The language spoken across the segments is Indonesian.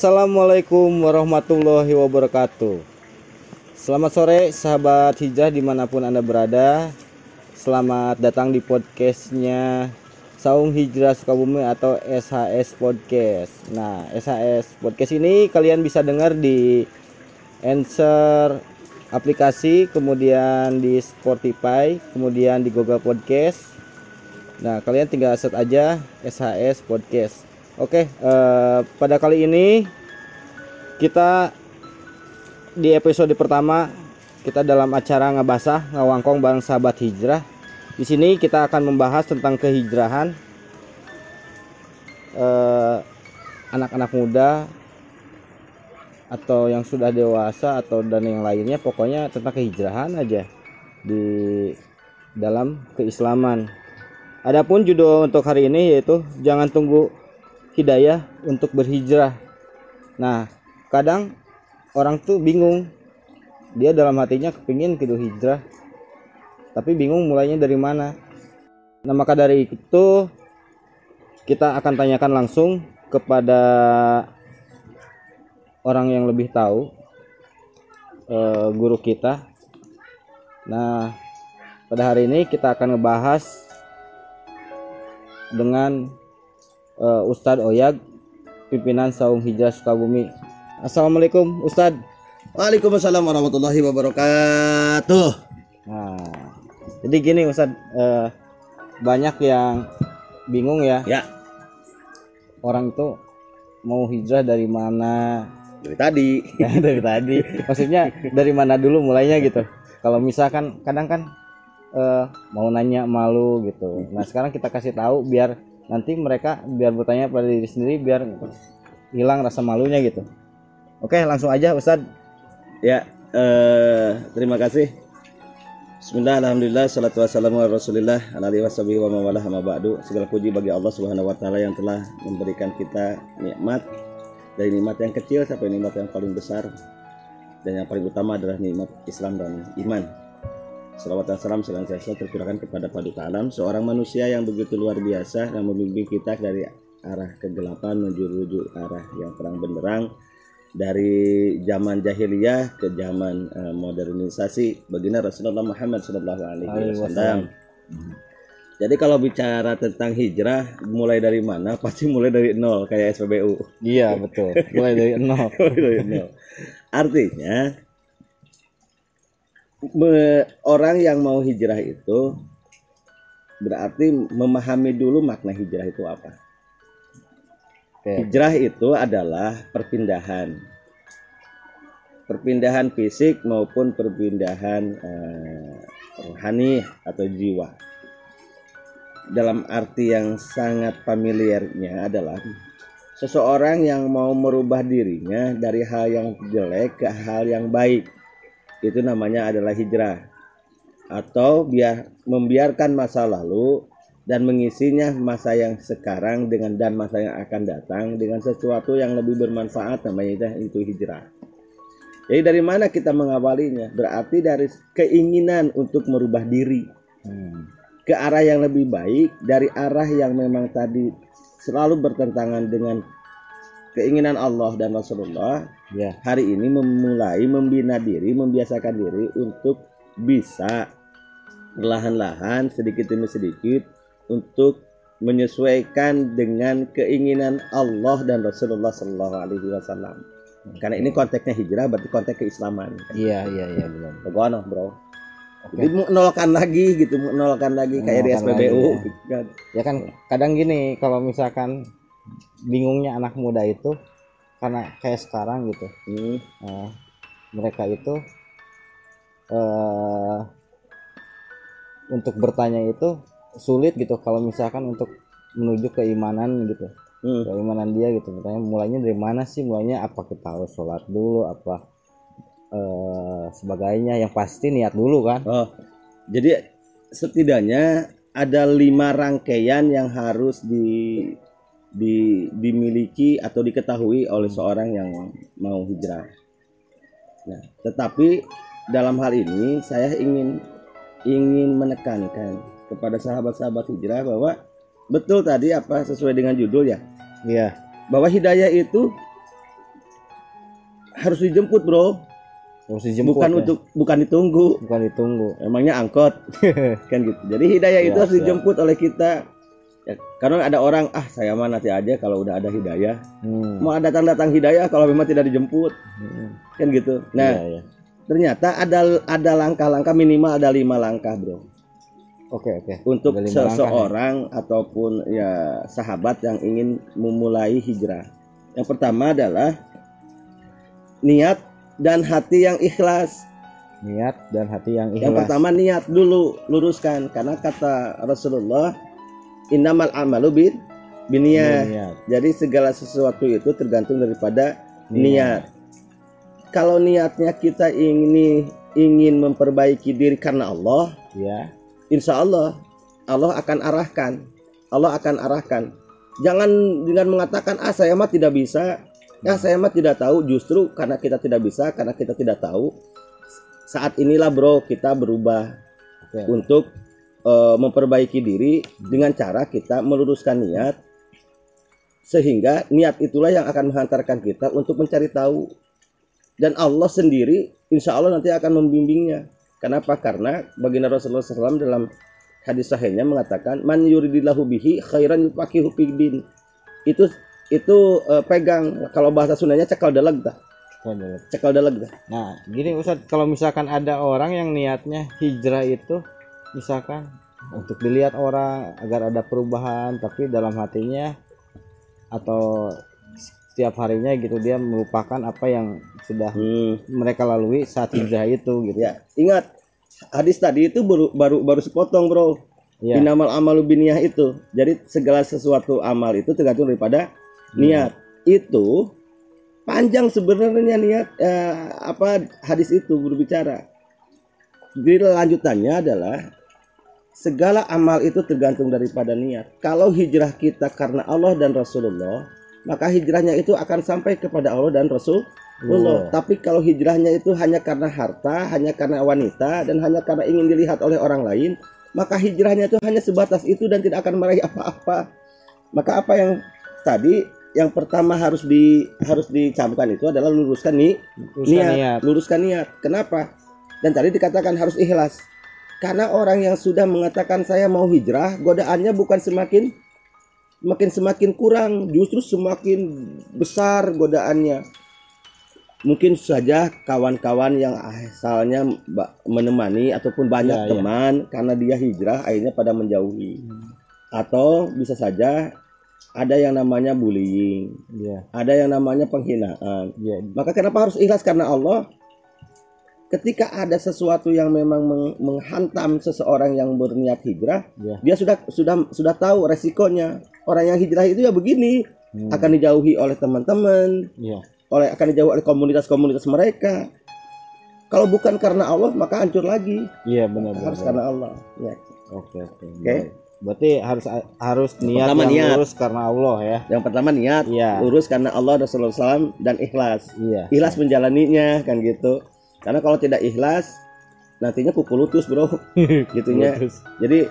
Assalamualaikum warahmatullahi wabarakatuh. Selamat sore sahabat hijrah dimanapun Anda berada. Selamat datang di podcastnya Saung Hijrah Sukabumi atau SHS Podcast. Nah, SHS Podcast ini kalian bisa dengar di Anchor aplikasi, kemudian di Spotify, kemudian di Google Podcast. Nah, kalian tinggal search aja SHS Podcast. Oke, pada kali ini kita di episode pertama kita dalam acara Ngabasah Ngawangkong bareng sahabat hijrah. Di sini kita akan membahas tentang kehijrahan anak-anak muda atau yang sudah dewasa atau dan yang lainnya, pokoknya tentang kehijrahan aja di dalam keislaman. Adapun judul untuk hari ini yaitu jangan tunggu hidayah untuk berhijrah. Nah, kadang orang tuh bingung, dia dalam hatinya kepingin gitu hijrah, tapi bingung mulainya dari mana. Nah, maka dari itu kita akan tanyakan langsung kepada orang yang lebih tahu, guru kita. Nah, pada hari ini kita akan ngebahas dengan Ustadz Oyag, pimpinan Saung Hijrah Sukabumi. Assalamualaikum Ustadz. Waalaikumsalam warahmatullahi wabarakatuh. Nah, jadi gini Ustadz, banyak yang bingung ya. Ya. Orang itu mau hijrah dari mana? Dari tadi. Dari tadi. Maksudnya dari mana dulu mulainya gitu. Kalau misalkan kadang kan mau nanya malu gitu. Nah, sekarang kita kasih tahu biar nanti mereka biar bertanya pada diri sendiri, biar hilang rasa malunya gitu. Oke, langsung aja Ustadz. Ya, terima kasih. Bismillah, alhamdulillah, salatu wassalamu ala rasulillah alaihi washabihi wa mawalah amma ba'du. Segala puji bagi Allah subhanahu wa ta'ala yang telah memberikan kita nikmat, dari nikmat yang kecil sampai nikmat yang paling besar. Dan yang paling utama adalah nikmat Islam dan iman. Salawat dan salam senantiasa tercurahkan kepada Paduka Alam, seorang manusia yang begitu luar biasa yang membimbing kita dari arah kegelapan menuju arah yang terang benderang, dari zaman jahiliyah ke zaman modernisasi baginda Rasulullah Muhammad sallallahu alaihi wasallam. Jadi kalau bicara tentang hijrah, mulai dari mana? Pasti mulai dari nol, kayak SPBU. Iya betul, mulai dari nol. Artinya orang yang mau hijrah itu berarti memahami dulu makna hijrah itu apa. Hijrah itu adalah perpindahan fisik maupun perpindahan rohani atau jiwa. Dalam arti yang sangat familiarnya adalah seseorang yang mau merubah dirinya dari hal yang jelek ke hal yang baik. Itu namanya adalah hijrah, atau membiarkan masa lalu dan mengisinya masa yang sekarang dan masa yang akan datang dengan sesuatu yang lebih bermanfaat, namanya itu hijrah. Jadi dari mana kita mengawalinya? Berarti dari keinginan untuk merubah diri ke arah yang lebih baik, dari arah yang memang tadi selalu bertentangan dengan keinginan Allah dan Rasulullah. Ya. Hari ini memulai membina diri, membiasakan diri untuk bisa perlahan-lahan sedikit demi sedikit untuk menyesuaikan dengan keinginan Allah dan Rasulullah Sallallahu Alaihi Wasallam. Karena ini konteksnya hijrah, berarti konteks keislaman. Iya belum. Bagaimana bro? Jadi menolakkan lagi kayak di SPBU. Ya kan kadang gini, kalau misalkan bingungnya anak muda itu karena kayak sekarang gitu, mereka itu untuk bertanya itu sulit gitu kalau misalkan untuk menuju keimanan gitu, keimanan dia gitu. Bertanya mulainya dari mana sih, mulainya apa kita harus sholat dulu apa sebagainya, yang pasti niat dulu kan. Jadi setidaknya ada 5 rangkaian yang harus dimiliki atau diketahui oleh seorang yang mau hijrah. Nah, tetapi dalam hal ini saya ingin menekankan kepada sahabat-sahabat hijrah bahwa betul tadi apa sesuai dengan judul ya. Iya. Bahwa hidayah itu harus dijemput, Bro. Harus dijemput. Bukan ditunggu. Bukan ditunggu. Emangnya angkot. Kan gitu. Jadi hidayah itu harus dijemput oleh kita. Ya, karena ada orang, saya mah nanti aja kalau udah ada hidayah. Mau datang hidayah kalau memang tidak dijemput. Kan gitu. Nah, ternyata ada langkah-langkah, minimal ada 5 langkah, Bro. Oke. Untuk seseorang ataupun ya sahabat yang ingin memulai hijrah. Yang pertama adalah niat dan hati yang ikhlas. Niat dan hati yang ikhlas. Yang pertama niat dulu, luruskan, karena kata Rasulullah, innamal amalu binniyah. Jadi segala sesuatu itu tergantung daripada niat. Kalau niatnya kita ingin memperbaiki diri karena Allah, ya, insya Allah akan arahkan. Allah akan arahkan. Jangan dengan mengatakan saya mah tidak bisa, saya mah tidak tahu. Justru karena kita tidak bisa, karena kita tidak tahu, saat inilah, Bro, kita berubah untuk memperbaiki diri dengan cara kita meluruskan niat, sehingga niat itulah yang akan menghantarkan kita untuk mencari tahu. Dan Allah sendiri insya Allah nanti akan membimbingnya. Kenapa? Karena baginda Rasulullah SAW dalam hadis sahihnya mengatakan, man yuridillahu bihi khairan yufaqihu fiddin. Itu pegang, kalau bahasa Sundanya cekal dalag dah. Cekal dalag dah. Nah, gini Ustaz, kalau misalkan ada orang yang niatnya hijrah itu misalkan untuk dilihat orang agar ada perubahan, tapi dalam hatinya atau setiap harinya gitu dia melupakan apa yang sudah mereka lalui saat hijrah itu gitu. Ya, ingat hadis tadi itu baru sepotong, Bro. Ya. Innamal amalu binniyah itu. Jadi segala sesuatu amal itu tergantung daripada niat. Itu panjang sebenarnya niat hadis itu berbicara. Jadi lanjutannya adalah segala amal itu tergantung daripada niat. Kalau hijrah kita karena Allah dan Rasulullah, maka hijrahnya itu akan sampai kepada Allah dan Rasulullah. Tapi kalau hijrahnya itu hanya karena harta, hanya karena wanita, dan hanya karena ingin dilihat oleh orang lain, maka hijrahnya itu hanya sebatas itu dan tidak akan meraih apa-apa. Maka apa yang tadi yang pertama harus dicamkan itu adalah luruskan niat. Luruskan niat. Kenapa? Dan tadi dikatakan harus ikhlas. Karena orang yang sudah mengatakan saya mau hijrah, godaannya bukan semakin kurang, justru semakin besar godaannya. Mungkin saja kawan-kawan yang asalnya menemani ataupun banyak teman, karena dia hijrah akhirnya pada menjauhi. Atau bisa saja ada yang namanya bullying, ada yang namanya penghinaan. Maka kenapa harus ikhlas? Karena Allah, ketika ada sesuatu yang memang menghantam seseorang yang berniat hijrah, dia sudah tahu resikonya. Orang yang hijrah itu ya begini, akan dijauhi oleh teman-teman, akan dijauhi oleh komunitas-komunitas mereka. Kalau bukan karena Allah, maka hancur lagi. Iya, benar. Harus karena Allah. Ya. Oke. Berarti harus niat yang lurus karena Allah ya. Yang pertama niat, lurus karena Allah, Rasulullah SAW, dan ikhlas. Ikhlas menjalaninya kan gitu. Karena kalau tidak ikhlas, nantinya pukul lutus, Bro. Gitunya. Jadi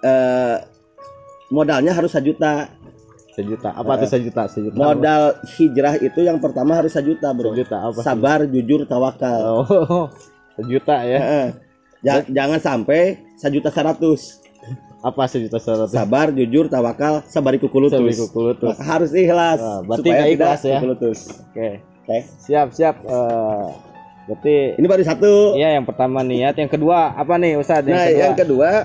modalnya harus 1 juta. 1 juta. Apa tuh 1 juta? 1 juta. Modal hijrah itu yang pertama harus 1 juta, Bro. 1 juta apa? Sabar, jujur, tawakal. 1 juta ya. Jangan sampai 1.100.000. Apa 1.100.000? Sabar, jujur, tawakal, sabariku kulutus. Harus ikhlas. Berarti supaya ikhlas ya. Oke. Siap. Berarti ini baru 1. Iya, yang pertama niat, yang kedua apa nih Ustaz? Yang kedua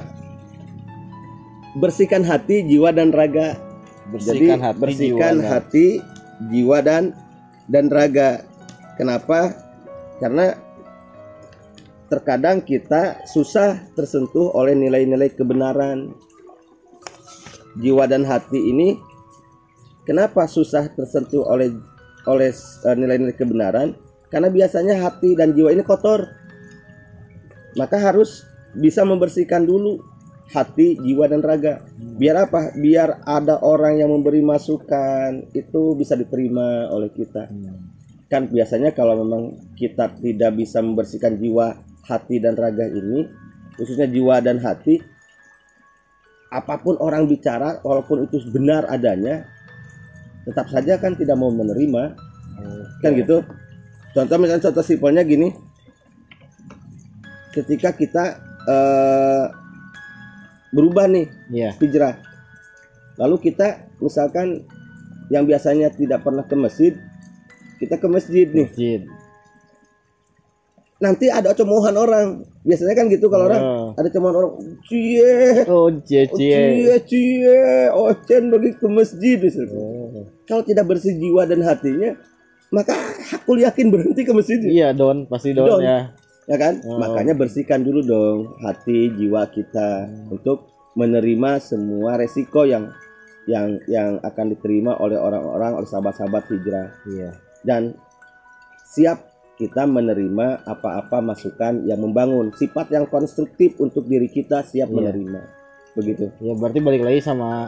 bersihkan hati, jiwa dan raga. Bersihkan hati, jiwa dan raga. Kenapa? Karena terkadang kita susah tersentuh oleh nilai-nilai kebenaran. Jiwa dan hati ini kenapa susah tersentuh oleh nilai-nilai kebenaran? Karena biasanya hati dan jiwa ini kotor. Maka harus bisa membersihkan dulu hati, jiwa dan raga. Biar apa? Biar ada orang yang memberi masukan, itu bisa diterima oleh kita. Kan biasanya kalau memang kita tidak bisa membersihkan jiwa, hati dan raga ini, khususnya jiwa dan hati, apapun orang bicara, walaupun itu benar adanya, tetap saja kan tidak mau menerima. Kan gitu. Contoh misalnya contoh simpelnya gini. Ketika kita berubah nih, Iya. hijrah. Lalu kita misalkan yang biasanya tidak pernah ke masjid, kita ke masjid nih. Masjid. Nanti ada cemoohan orang. Biasanya kan gitu kalau orang ada cemoohan orang. Cie. Oh, cie. Ocen pergi ke masjid misalnya. Kalau tidak bersih jiwa dan hatinya, maka aku yakin berhenti ke masjid. Iya, pasti don ya. Ya kan? Makanya bersihkan dulu dong hati jiwa kita untuk menerima semua resiko yang akan diterima oleh orang-orang, oleh sahabat-sahabat hijrah. Iya. Dan siap kita menerima apa-apa masukan yang membangun, sifat yang konstruktif untuk diri kita siap menerima. Begitu. Ya berarti balik lagi sama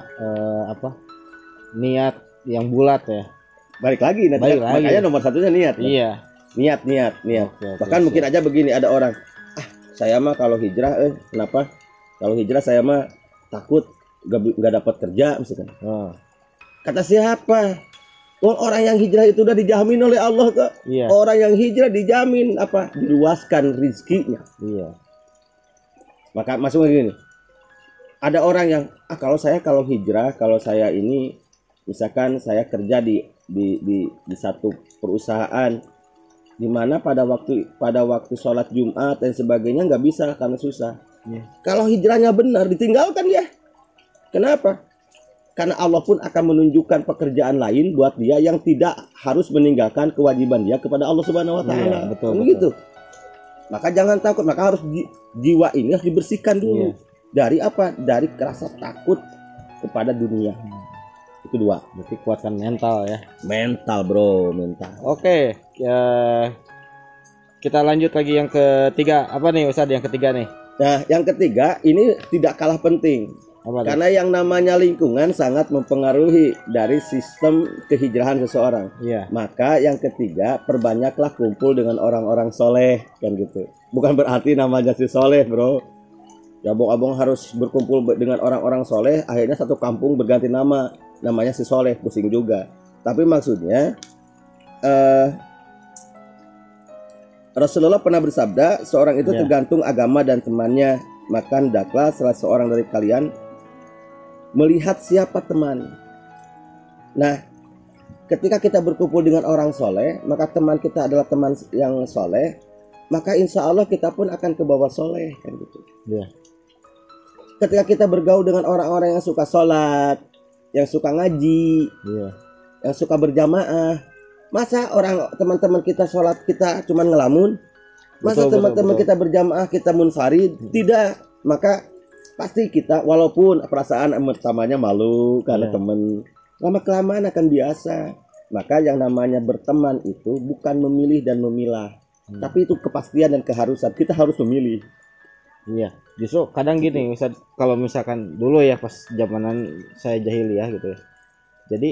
niat yang bulat ya. Balik lagi nanti. Makanya nomor satunya niat. Iya. Niat. Oke, Bahkan mungkin aja begini, ada orang, saya mah kalau hijrah kenapa? Kalau hijrah saya mah takut nggak dapat kerja misalkan. Kata siapa? Orang yang hijrah itu udah dijamin oleh Allah kok. Iya. Orang yang hijrah dijamin diluaskan rezekinya. Iya. Maka masuk gini. Ada orang yang kalau hijrah, kalau saya ini misalkan saya kerja di satu perusahaan di mana pada waktu sholat Jumat dan sebagainya nggak bisa karena susah. Kalau hijrahnya benar ditinggalkan ya. Kenapa? Karena Allah pun akan menunjukkan pekerjaan lain buat dia yang tidak harus meninggalkan kewajiban dia kepada Allah Subhanahu Wa Taala. Betul. Gitu. Maka jangan takut. Maka harus jiwa ini harus dibersihkan dulu. Dari apa? Dari rasa takut kepada dunia. Itu dua. Berarti kuatkan mental ya. Mental bro, mental. Oke, kita lanjut lagi yang ketiga. Apa nih Ustadz yang ketiga nih? Nah, yang ketiga ini tidak kalah penting. Karena yang namanya lingkungan sangat mempengaruhi dari sistem kehijrahan seseorang. Iya. Maka yang ketiga, perbanyaklah kumpul dengan orang-orang soleh, kan gitu. Bukan berarti namanya si soleh, bro. Ya, abang harus berkumpul dengan orang-orang soleh, akhirnya satu kampung berganti namanya si soleh, pusing juga. Tapi maksudnya, Rasulullah pernah bersabda, seorang itu tergantung agama dan temannya. Maka hendaklah salah seorang dari kalian melihat siapa teman. Nah, ketika kita berkumpul dengan orang soleh, maka teman kita adalah teman yang soleh, maka insya Allah kita pun akan ke bawah soleh, kan gitu. Yeah. Ketika kita bergaul dengan orang-orang yang suka sholat, yang suka ngaji, yang suka berjamaah, masa teman-teman kita sholat kita cuma ngelamun? Masa teman-teman kita berjamaah kita munfarid? Tidak. Maka pasti kita, walaupun perasaan pertamanya malu karena teman, lama-kelamaan akan biasa. Maka yang namanya berteman itu bukan memilih dan memilah, tapi itu kepastian dan keharusan. Kita harus memilih. Iya, justru kadang gini, kalau misalkan dulu ya pas zamanan saya jahiliyah gitu ya. Jadi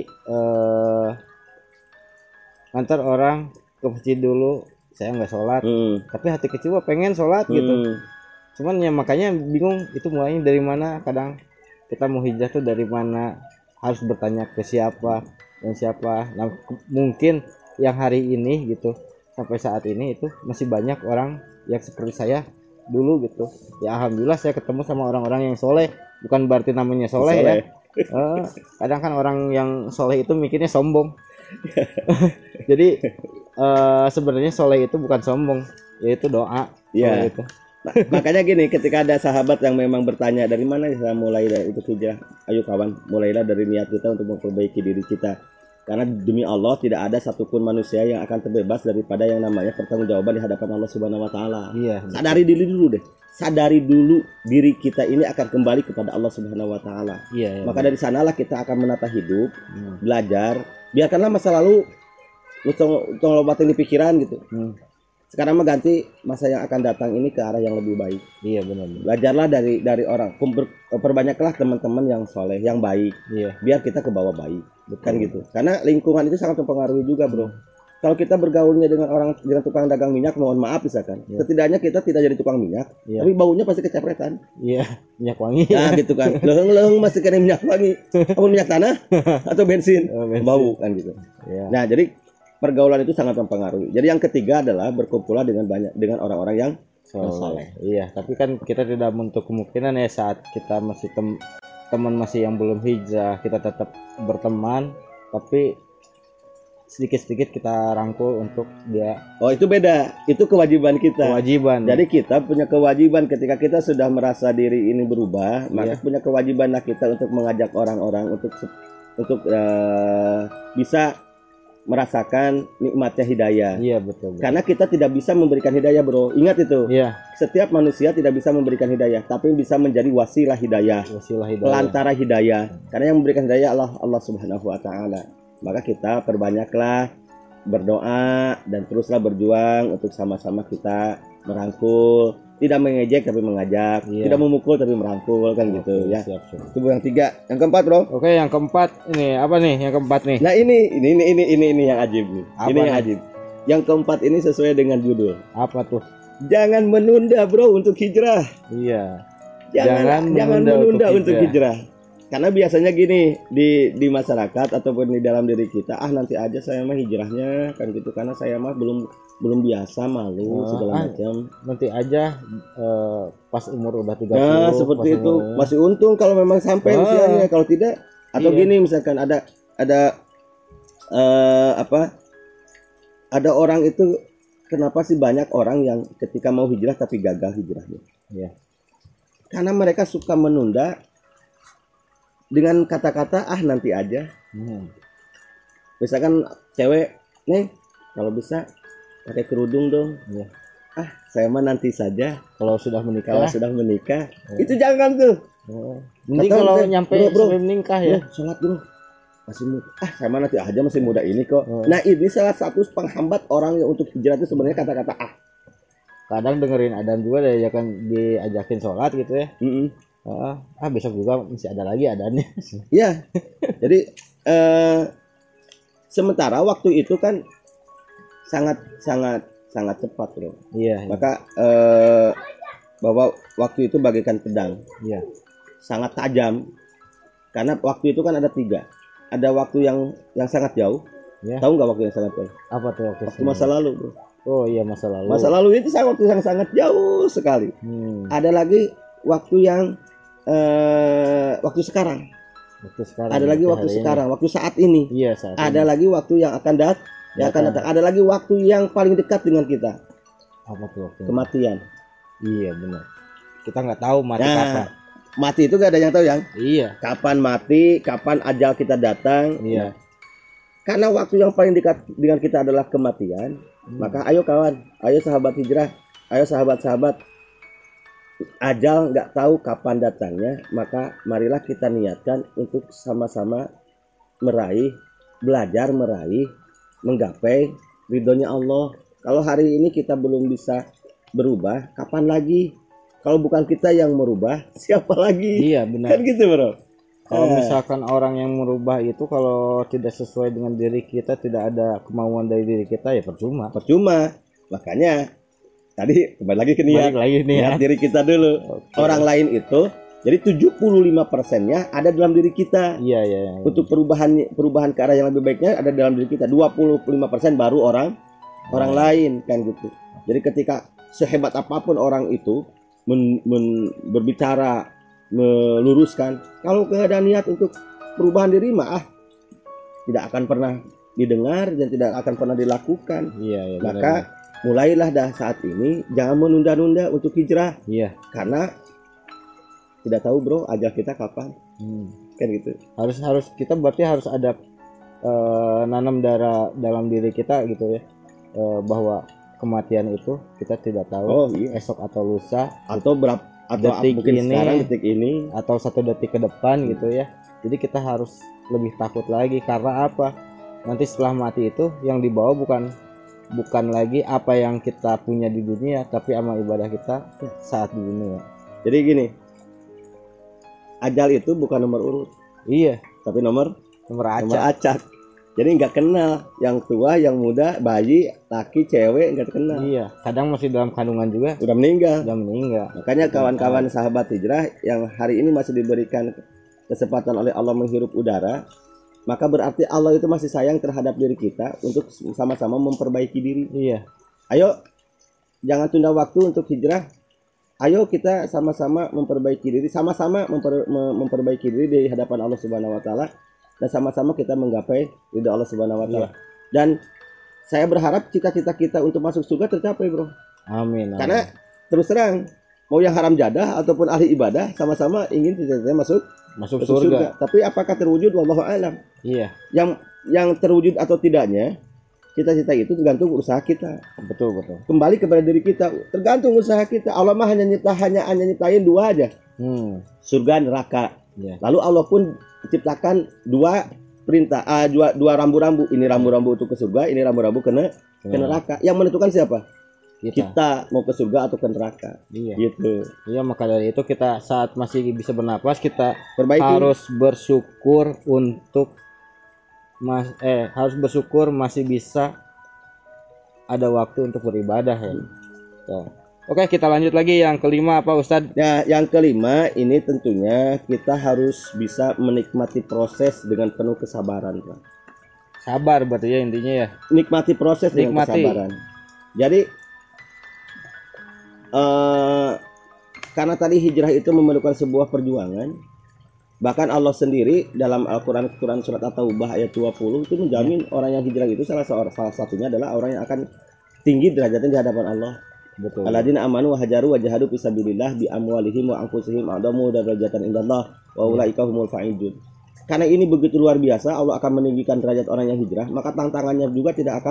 antar orang ke masjid dulu, saya nggak sholat, tapi hati kecil pengen sholat gitu. Cuman ya makanya bingung itu mulainya dari mana. Kadang kita mau hijrah tuh dari mana, harus bertanya ke siapa dan siapa. Nah, mungkin yang hari ini gitu sampai saat ini itu masih banyak orang yang seperti saya dulu gitu. Ya alhamdulillah saya ketemu sama orang-orang yang soleh. Bukan berarti namanya soleh ya. Kadang kan orang yang soleh itu mikirnya sombong. Jadi sebenarnya soleh itu bukan sombong, yaitu doa. Iya. Gitu. Makanya gini, ketika ada sahabat yang memang bertanya dari mana saya mulai dari itu hijrah, ayo kawan, mulailah dari niat kita untuk memperbaiki diri kita. Karena demi Allah tidak ada satupun manusia yang akan terbebas daripada yang namanya pertanggungjawaban di hadapan Allah Subhanahu Wa Taala. Iya. Sadari diri dulu deh. Sadari dulu diri kita ini akan kembali kepada Allah Subhanahu Wa Taala. Iya. Maka dari sanalah kita akan menata hidup, belajar. Biarkanlah masa lalu tolong lobatin di pikiran gitu. Sekarang mah ganti masa yang akan datang ini ke arah yang lebih baik. Iya benar. Belajarlah dari orang. Perbanyaklah teman-teman yang soleh, yang baik. Iya. Biar kita ke bawah baik. Bukan gitu. Karena lingkungan itu sangat mempengaruhi juga, bro. Kalau kita bergaulnya dengan tukang dagang minyak, mohon maaf misalkan. Setidaknya kita tidak jadi tukang minyak, tapi baunya pasti kecepretan. Iya, minyak wangi. Nah, gitu kan. Leheng-leheng masih kena minyak wangi. Apa minyak tanah atau bensin? Bau kan gitu. Nah, jadi pergaulan itu sangat mempengaruhi. Jadi yang ketiga adalah berkumpulah dengan orang-orang yang saleh. Iya, tapi kan kita tidak menutup kemungkinan ya saat kita masih teman masih yang belum hijrah, kita tetap berteman, tapi sedikit-sedikit kita rangkul untuk dia. Oh, itu beda. Itu kewajiban kita. Kewajiban. Jadi kita punya kewajiban ketika kita sudah merasa diri ini berubah, maka punya kewajibanlah kita untuk mengajak orang-orang untuk bisa merasakan nikmatnya hidayah. Iya, betul. Karena kita tidak bisa memberikan hidayah, bro. Ingat itu. Iya. Setiap manusia tidak bisa memberikan hidayah, tapi bisa menjadi wasilah hidayah. Pelantara hidayah. Karena yang memberikan hidayah Allah Subhanahu wa taala. Maka kita perbanyaklah berdoa dan teruslah berjuang untuk sama-sama kita merangkul, tidak mengejek tapi mengajak, tidak memukul tapi merangkul, kan gitu ya. Siap. Itu yang tiga. Yang keempat, bro. Oke, yang keempat ini apa nih? Yang keempat nih. Nah, ini yang ajib nih. Apa ini yang nih? ajib. Yang keempat ini sesuai dengan judul. Apa tuh? Jangan menunda, bro, untuk hijrah. Iya. Jangan menunda untuk hijrah. Karena biasanya gini di masyarakat ataupun di dalam diri kita, nanti aja saya mah hijrahnya, kan gitu, karena saya mah belum biasa, malu segala macam. Nanti aja pas umur udah 30. Nah, seperti itu. Masih untung kalau memang sampai usianya, kalau tidak atau gini misalkan ada ada orang itu, kenapa sih banyak orang yang ketika mau hijrah tapi gagal hijrahnya? Iya. Karena mereka suka menunda dengan kata-kata nanti aja. Misalkan cewek nih, kalau bisa pakai kerudung dong. Iya. Saya mah nanti saja Kalau sudah menikah. Itu jangan tuh. Mending kalau nyampe sebelum nikah ya. Sholat dulu. Masih muda. Saya mah nanti aja, masih muda ini kok. Nah, ini salah satu penghambat orang yang untuk hijrah itu sebenarnya kata-kata Kadang dengerin adzan juga deh, ya kan, diajakin sholat gitu ya. Besok juga masih ada lagi adzannya. Iya. Jadi sementara waktu itu kan sangat cepat, bro. Iya. Maka bahwa waktu itu bagaikan pedang. Iya. Sangat tajam. Karena waktu itu kan ada 3. Ada waktu yang sangat jauh. Ya. Tahu nggak waktu yang sangat jauh? Apa tuh waktu masa lalu, bro. Oh iya, masa lalu. Masa lalu itu waktu yang sangat jauh sekali. Ada lagi waktu yang waktu sekarang. Ada lagi waktu sekarang, waktu saat ini. Iya, saat ada ini. lagi waktu yang akan datang. Ada lagi waktu yang paling dekat dengan kita. Apa tuh waktu? Kematian. Iya, benar. Kita nggak tahu mati kapan. Mati itu gak ada yang tahu, yang. Iya. Kapan mati, kapan ajal kita datang. Iya. Karena waktu yang paling dekat dengan kita adalah kematian. Maka ayo kawan, ayo sahabat hijrah, ayo sahabat-sahabat. Ajal nggak tahu kapan datangnya, maka marilah kita niatkan untuk sama-sama belajar meraih, menggapai ridhonya Allah. Kalau hari ini kita belum bisa berubah, kapan lagi? Kalau bukan kita yang merubah, siapa lagi? Iya, benar. Kan gitu, bro. Kalau misalkan orang yang merubah itu kalau tidak sesuai dengan diri kita, tidak ada kemauan dari diri kita, ya percuma. Makanya tadi kembali lagi ke niat. Niat diri kita dulu. Okay. Orang lain itu jadi 75%-nya ada dalam diri kita. Iya. Untuk perubahan ke arah yang lebih baiknya ada dalam diri kita. 25% baru orang lain, kan gitu. Jadi ketika sehebat apapun orang itu berbicara, meluruskan, kalau nggak ada niat untuk perubahan diri mah tidak akan pernah didengar dan tidak akan pernah dilakukan. Iya. Maka mulailah saat ini, jangan menunda-nunda untuk hijrah. Iya. Karena tidak tahu, bro, ajal kita kapan. Kan gitu. Harus kita berarti harus ada nanam dalam diri kita gitu ya, bahwa kematian itu kita tidak tahu esok atau lusa atau detik mungkin ini, sekarang detik ini atau 1 detik ke depan gitu ya. Jadi kita harus lebih takut lagi. Karena apa? Nanti setelah mati itu yang dibawa bukan lagi apa yang kita punya di dunia, tapi amal ibadah kita saat di dunia. Jadi gini, ajal itu bukan nomor urut. Iya. Tapi nomor acak. Jadi nggak kenal yang tua, yang muda, bayi, laki, cewek, nggak kenal. Iya. Kadang masih dalam kandungan juga. Udah meninggal. Makanya kawan-kawan sahabat hijrah yang hari ini masih diberikan kesempatan oleh Allah menghirup udara, maka berarti Allah itu masih sayang terhadap diri kita untuk sama-sama memperbaiki diri. Iya. Ayo, jangan tunda waktu untuk hijrah. Ayo kita sama-sama memperbaiki diri, sama-sama memperbaiki diri di hadapan Allah Subhanahu wa taala, dan sama-sama kita menggapai ridha Allah Subhanahu wa taala. Iya. Dan saya berharap cita-cita kita untuk masuk surga tercapai, Bro. Amin. Karena terus terang, mau yang haram jadah ataupun ahli ibadah, sama-sama ingin cita-citanya masuk masuk surga. Tapi apakah terwujud? Wallahu a'lam. Iya. Yang terwujud atau tidaknya, cita-cita itu tergantung usaha kita. Betul. Kembali kepada diri kita, tergantung usaha kita. Allah mah hanya nyiptain dua aja, surga neraka. Iya. Lalu Allah pun ciptakan dua perintah, dua rambu-rambu. Ini rambu-rambu untuk ke surga, ini rambu-rambu ke neraka. Yang menentukan siapa? Kita mau ke surga atau ke neraka. Iya. Gitu. Iya, maka dari itu kita saat masih bisa bernapas, kita Perbaiki. harus bersyukur untuk harus bersyukur masih bisa ada waktu untuk beribadah ya. Oke, kita lanjut lagi yang kelima apa Ustadz? Nah, yang kelima ini tentunya kita harus bisa menikmati proses dengan penuh kesabaran, Pak. Sabar berarti ya intinya ya. Nikmati proses dengan kesabaran. Jadi karena tadi hijrah itu memerlukan sebuah perjuangan. Bahkan Allah sendiri dalam Al-Quran surat At-Taubah ayat 20 itu menjamin orang yang hijrah itu salah satunya adalah orang yang akan tinggi derajatnya di hadapan Allah. Betul. Alladzina amanu wa hajaru wa jahadu fisabilillah bi amwalihim wa anfusihim a'damu darajatan indallah wa ulaika humul faizun. Karena ini begitu luar biasa, Allah akan meninggikan derajat orang yang hijrah, maka tantangannya juga tidak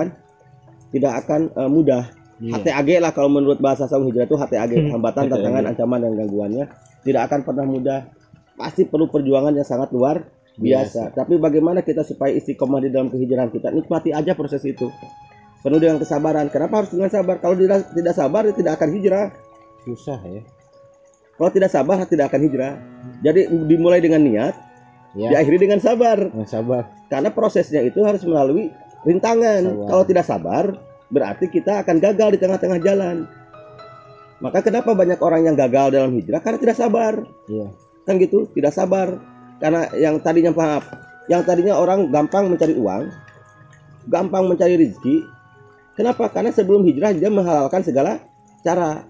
akan mudah. HTAG lah kalau menurut bahasa saung hijrah itu HTAG, hambatan, tantangan, ancaman dan gangguannya tidak akan pernah mudah. Pasti perlu perjuangan yang sangat luar biasa. Tapi bagaimana kita supaya istiqomah di dalam kehijrahan kita? Nikmati aja proses itu. Penuh dengan kesabaran. Kenapa harus dengan sabar? Kalau tidak sabar, tidak akan hijrah. Susah ya. Kalau tidak sabar, tidak akan hijrah. Jadi dimulai dengan niat, diakhiri dengan sabar. Sabar. Karena prosesnya itu harus melalui rintangan. Kalau tidak sabar, berarti kita akan gagal di tengah-tengah jalan. Maka kenapa banyak orang yang gagal dalam hijrah? Karena tidak sabar. Iya. Kan gitu, tidak sabar. Karena yang tadinya orang gampang mencari uang, gampang mencari rezeki. Kenapa? Karena sebelum hijrah dia menghalalkan segala cara.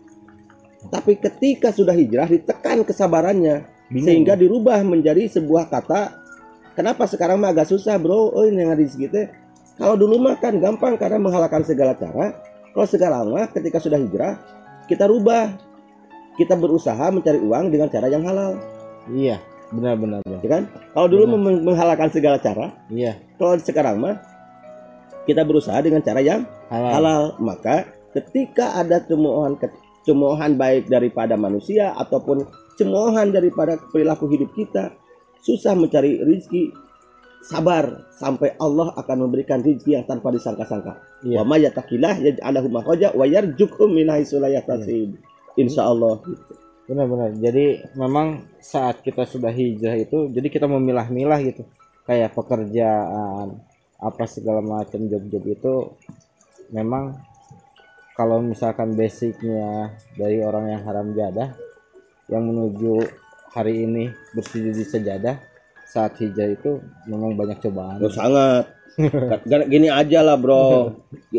Tapi ketika sudah hijrah ditekan kesabarannya, sehingga dirubah menjadi sebuah kata. Kenapa sekarang mah agak susah, Bro? Oh, ini yang rezeki teh. Kalau dulu mah kan gampang karena menghalalkan segala cara. Kalau sekarang mah ketika sudah hijrah, kita rubah. Kita berusaha mencari uang dengan cara yang halal. Iya, benar. Ya kan? Kalau dulu menghalalkan segala cara, iya. Kalau sekarang mah kita berusaha dengan cara yang halal. Maka ketika ada cemoohan baik daripada manusia ataupun cemoohan daripada perilaku hidup kita, susah mencari rezeki, sabar sampai Allah akan memberikan rezeki yang tanpa disangka-sangka. Wa may yattaqillah yaj'alhu makhraja wa yarzuqhu min haitsu la yahtasib. Insyaallah. Benar. Jadi memang saat kita sudah hijrah itu, jadi kita memilah-milah gitu. Kayak pekerjaan, apa segala macam job-job itu memang kalau misalkan basicnya dari orang yang haram jadah yang menuju hari ini bersujud di sejadah, saat hijrah itu memang banyak cobaan. Sangat. Gini aja lah, Bro.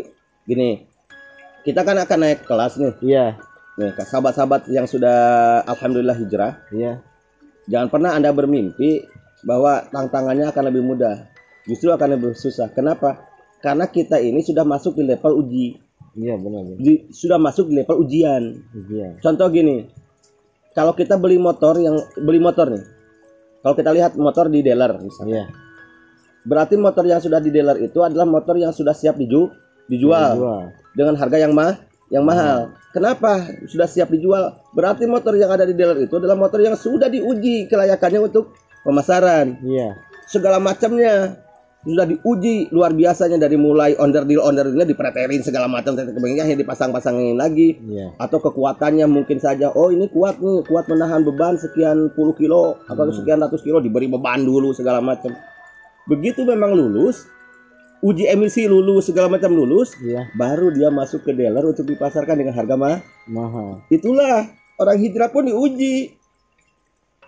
Gini. Kita kan akan naik kelas nih. Iya. Nih, sahabat-sahabat yang sudah alhamdulillah hijrah. Iya. Jangan pernah Anda bermimpi bahwa tantangannya akan lebih mudah. Justru akan lebih susah. Kenapa? Karena kita ini sudah masuk di level uji. Iya, benar. Sudah masuk di level ujian. Iya. Contoh gini. Kalau kita beli motor nih. Kalau kita lihat motor di dealer misalnya. Iya. Berarti motor yang sudah di dealer itu adalah motor yang sudah siap dijual. Dengan harga yang mahal. Kenapa sudah siap dijual? Berarti motor yang ada di dealer itu adalah motor yang sudah diuji kelayakannya untuk pemasaran. Iya. Segala macamnya sudah diuji luar biasanya, dari mulai onderdilnya dipreterin segala macam, kemudian dipasang-pasangin lagi. Iya. Atau kekuatannya mungkin saja, oh ini kuat menahan beban sekian puluh kilo atau sekian ratus kilo, diberi beban dulu segala macam. Begitu memang lulus, uji emisi lulus, segala macam lulus, baru dia masuk ke dealer untuk dipasarkan dengan harga mahal. Itulah orang hijrah pun diuji.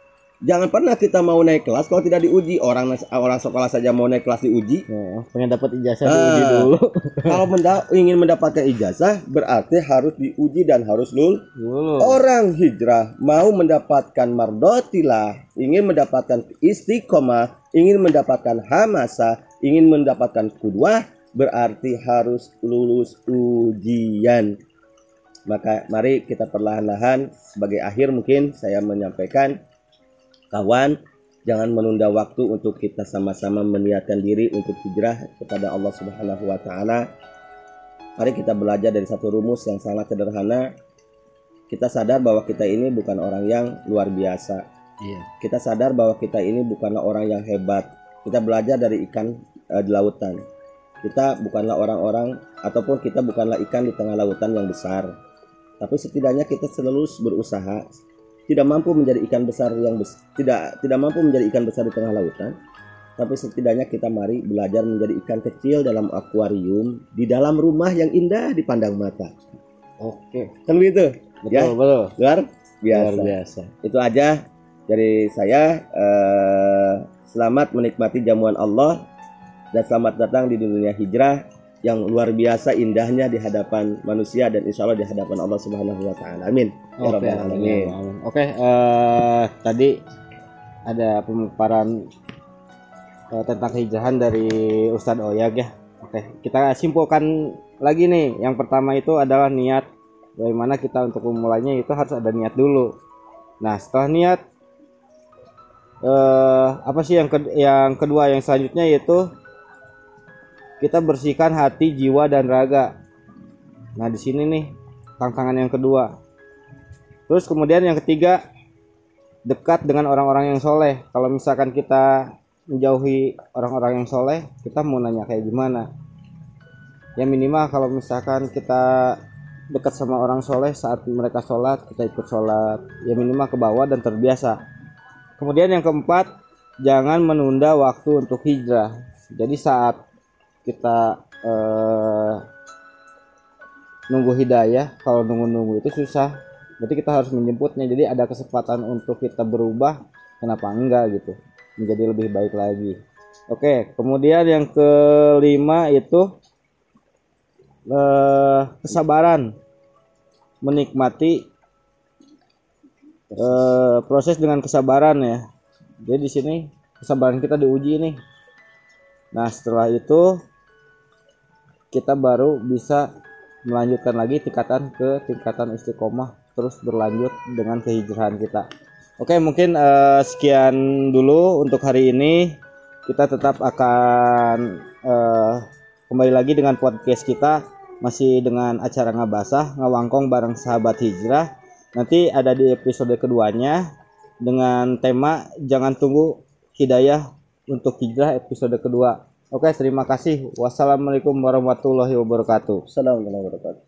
Jangan pernah kita mau naik kelas kalau tidak diuji. Orang sekolah saja mau naik kelas diuji. Pengen dapat ijazah diuji dulu. Kalau ingin mendapatkan ijazah berarti harus diuji dan harus lulus. Orang hijrah mau mendapatkan mardotilah, ingin mendapatkan istiqomah, ingin mendapatkan hamasa, ingin mendapatkan qudwah, berarti harus lulus ujian. Maka mari kita perlahan-lahan sebagai akhir mungkin saya menyampaikan, kawan, jangan menunda waktu untuk kita sama-sama meniatkan diri untuk hijrah kepada Allah Subhanahu wa taala. Mari kita belajar dari satu rumus yang sangat sederhana. Kita sadar bahwa kita ini bukan orang yang luar biasa. Kita sadar bahwa kita ini bukanlah orang yang hebat. Kita belajar dari ikan di lautan. Kita bukanlah orang-orang ataupun kita bukanlah ikan di tengah lautan yang besar. Tapi setidaknya kita selalu berusaha. Tidak mampu menjadi ikan besar tidak mampu menjadi ikan besar di tengah lautan, tapi setidaknya kita mari belajar menjadi ikan kecil dalam akuarium di dalam rumah yang indah dipandang mata. Oke, kan begitu? Betul. Luar biasa. Itu aja dari saya. Selamat menikmati jamuan Allah dan selamat datang di dunia hijrah yang luar biasa indahnya di hadapan manusia dan insya Allah di hadapan Allah Subhanahu wa taala. Amin. Oke, tadi ada pemaparan tentang hijrahan dari Ustadz Oyag ya. Oke, kita simpulkan lagi nih. Yang pertama itu adalah niat. Bagaimana kita untuk memulainya itu harus ada niat dulu. Nah, setelah niat apa sih yang kedua, yang selanjutnya yaitu kita bersihkan hati, jiwa dan raga. Nah, di sini nih tantangan yang kedua. Terus kemudian yang ketiga, dekat dengan orang-orang yang soleh. Kalau misalkan kita menjauhi orang-orang yang soleh, kita mau nanya kayak gimana? Ya minimal kalau misalkan kita dekat sama orang soleh, saat mereka sholat kita ikut sholat. Ya minimal ke bawah dan terbiasa. Kemudian yang keempat, jangan menunda waktu untuk hijrah. Jadi saat kita nunggu hidayah, kalau nunggu itu susah, berarti kita harus menjemputnya. Jadi ada kesempatan untuk kita berubah, kenapa enggak gitu, menjadi lebih baik lagi. Oke, kemudian yang kelima itu kesabaran, menikmati proses dengan kesabaran ya. Jadi di sini kesabaran kita diuji nih. Nah, setelah itu kita baru bisa melanjutkan lagi tingkatan istiqomah, terus berlanjut dengan kehijrahan kita. Oke, mungkin sekian dulu untuk hari ini. Kita tetap akan kembali lagi dengan podcast kita, masih dengan acara Ngabasah Ngawangkong bareng sahabat hijrah. Nanti ada di episode keduanya dengan tema Jangan Tunggu Hidayah untuk Hijrah episode kedua. Oke, terima kasih. Wassalamualaikum warahmatullahi wabarakatuh. Assalamualaikum warahmatullahi wabarakatuh.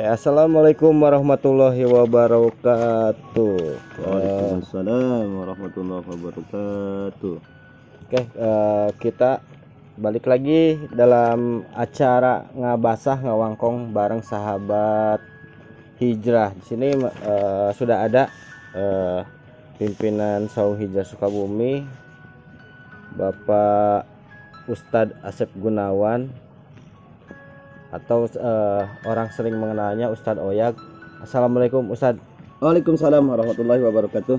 Assalamualaikum warahmatullahi wabarakatuh. Waalaikumsalam warahmatullahi wabarakatuh. Oke, kita balik lagi dalam acara ngabasah ngawangkong bareng sahabat hijrah. Di sini sudah ada pimpinan Saung Hijrah Sukabumi, Bapak Ustadz Asep Gunawan, atau orang sering mengenalnya Ustadz Oyag. Assalamualaikum Ustadz. Waalaikumsalam warahmatullahi wabarakatuh.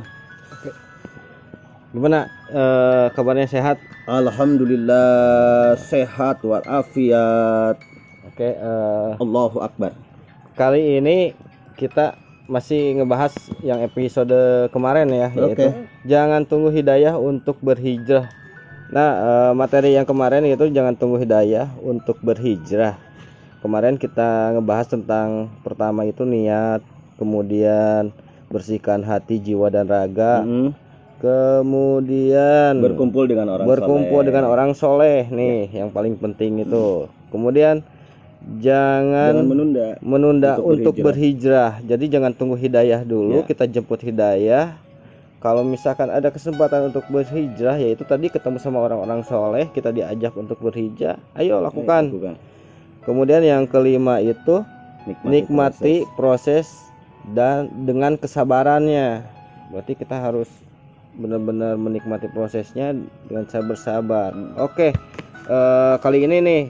Gimana kabarnya, sehat? Alhamdulillah sehat walafiat. Oke, Allahu Akbar. kali ini kita masih ngebahas yang episode kemarin ya, yaitu jangan tunggu hidayah untuk berhijrah. Nah, materi yang kemarin itu jangan tunggu hidayah untuk berhijrah. Kemarin kita ngebahas tentang pertama itu niat, kemudian bersihkan hati, jiwa dan raga, kemudian Berkumpul dengan orang soleh nih, yang paling penting itu. Kemudian jangan menunda untuk berhijrah. Jadi jangan tunggu hidayah dulu, kita jemput hidayah. Kalau misalkan ada kesempatan untuk berhijrah, yaitu tadi ketemu sama orang-orang soleh, kita diajak untuk berhijrah, ayo lakukan. Kemudian yang kelima itu nikmati proses dan dengan kesabarannya. Berarti kita harus benar-benar menikmati prosesnya dengan bersabar. Oke, kali ini nih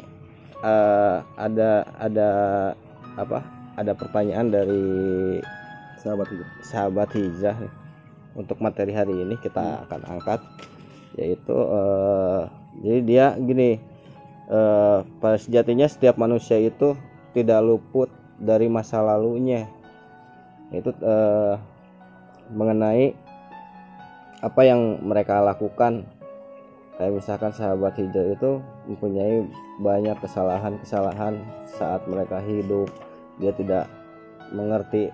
ada pertanyaan dari sahabat hijrah nih. Untuk materi hari ini kita akan angkat, yaitu jadi dia gini. Pada sejatinya setiap manusia itu tidak luput dari masa lalunya. Itu mengenai apa yang mereka lakukan. Kayak misalkan sahabat hijrah itu mempunyai banyak kesalahan saat mereka hidup. Dia tidak mengerti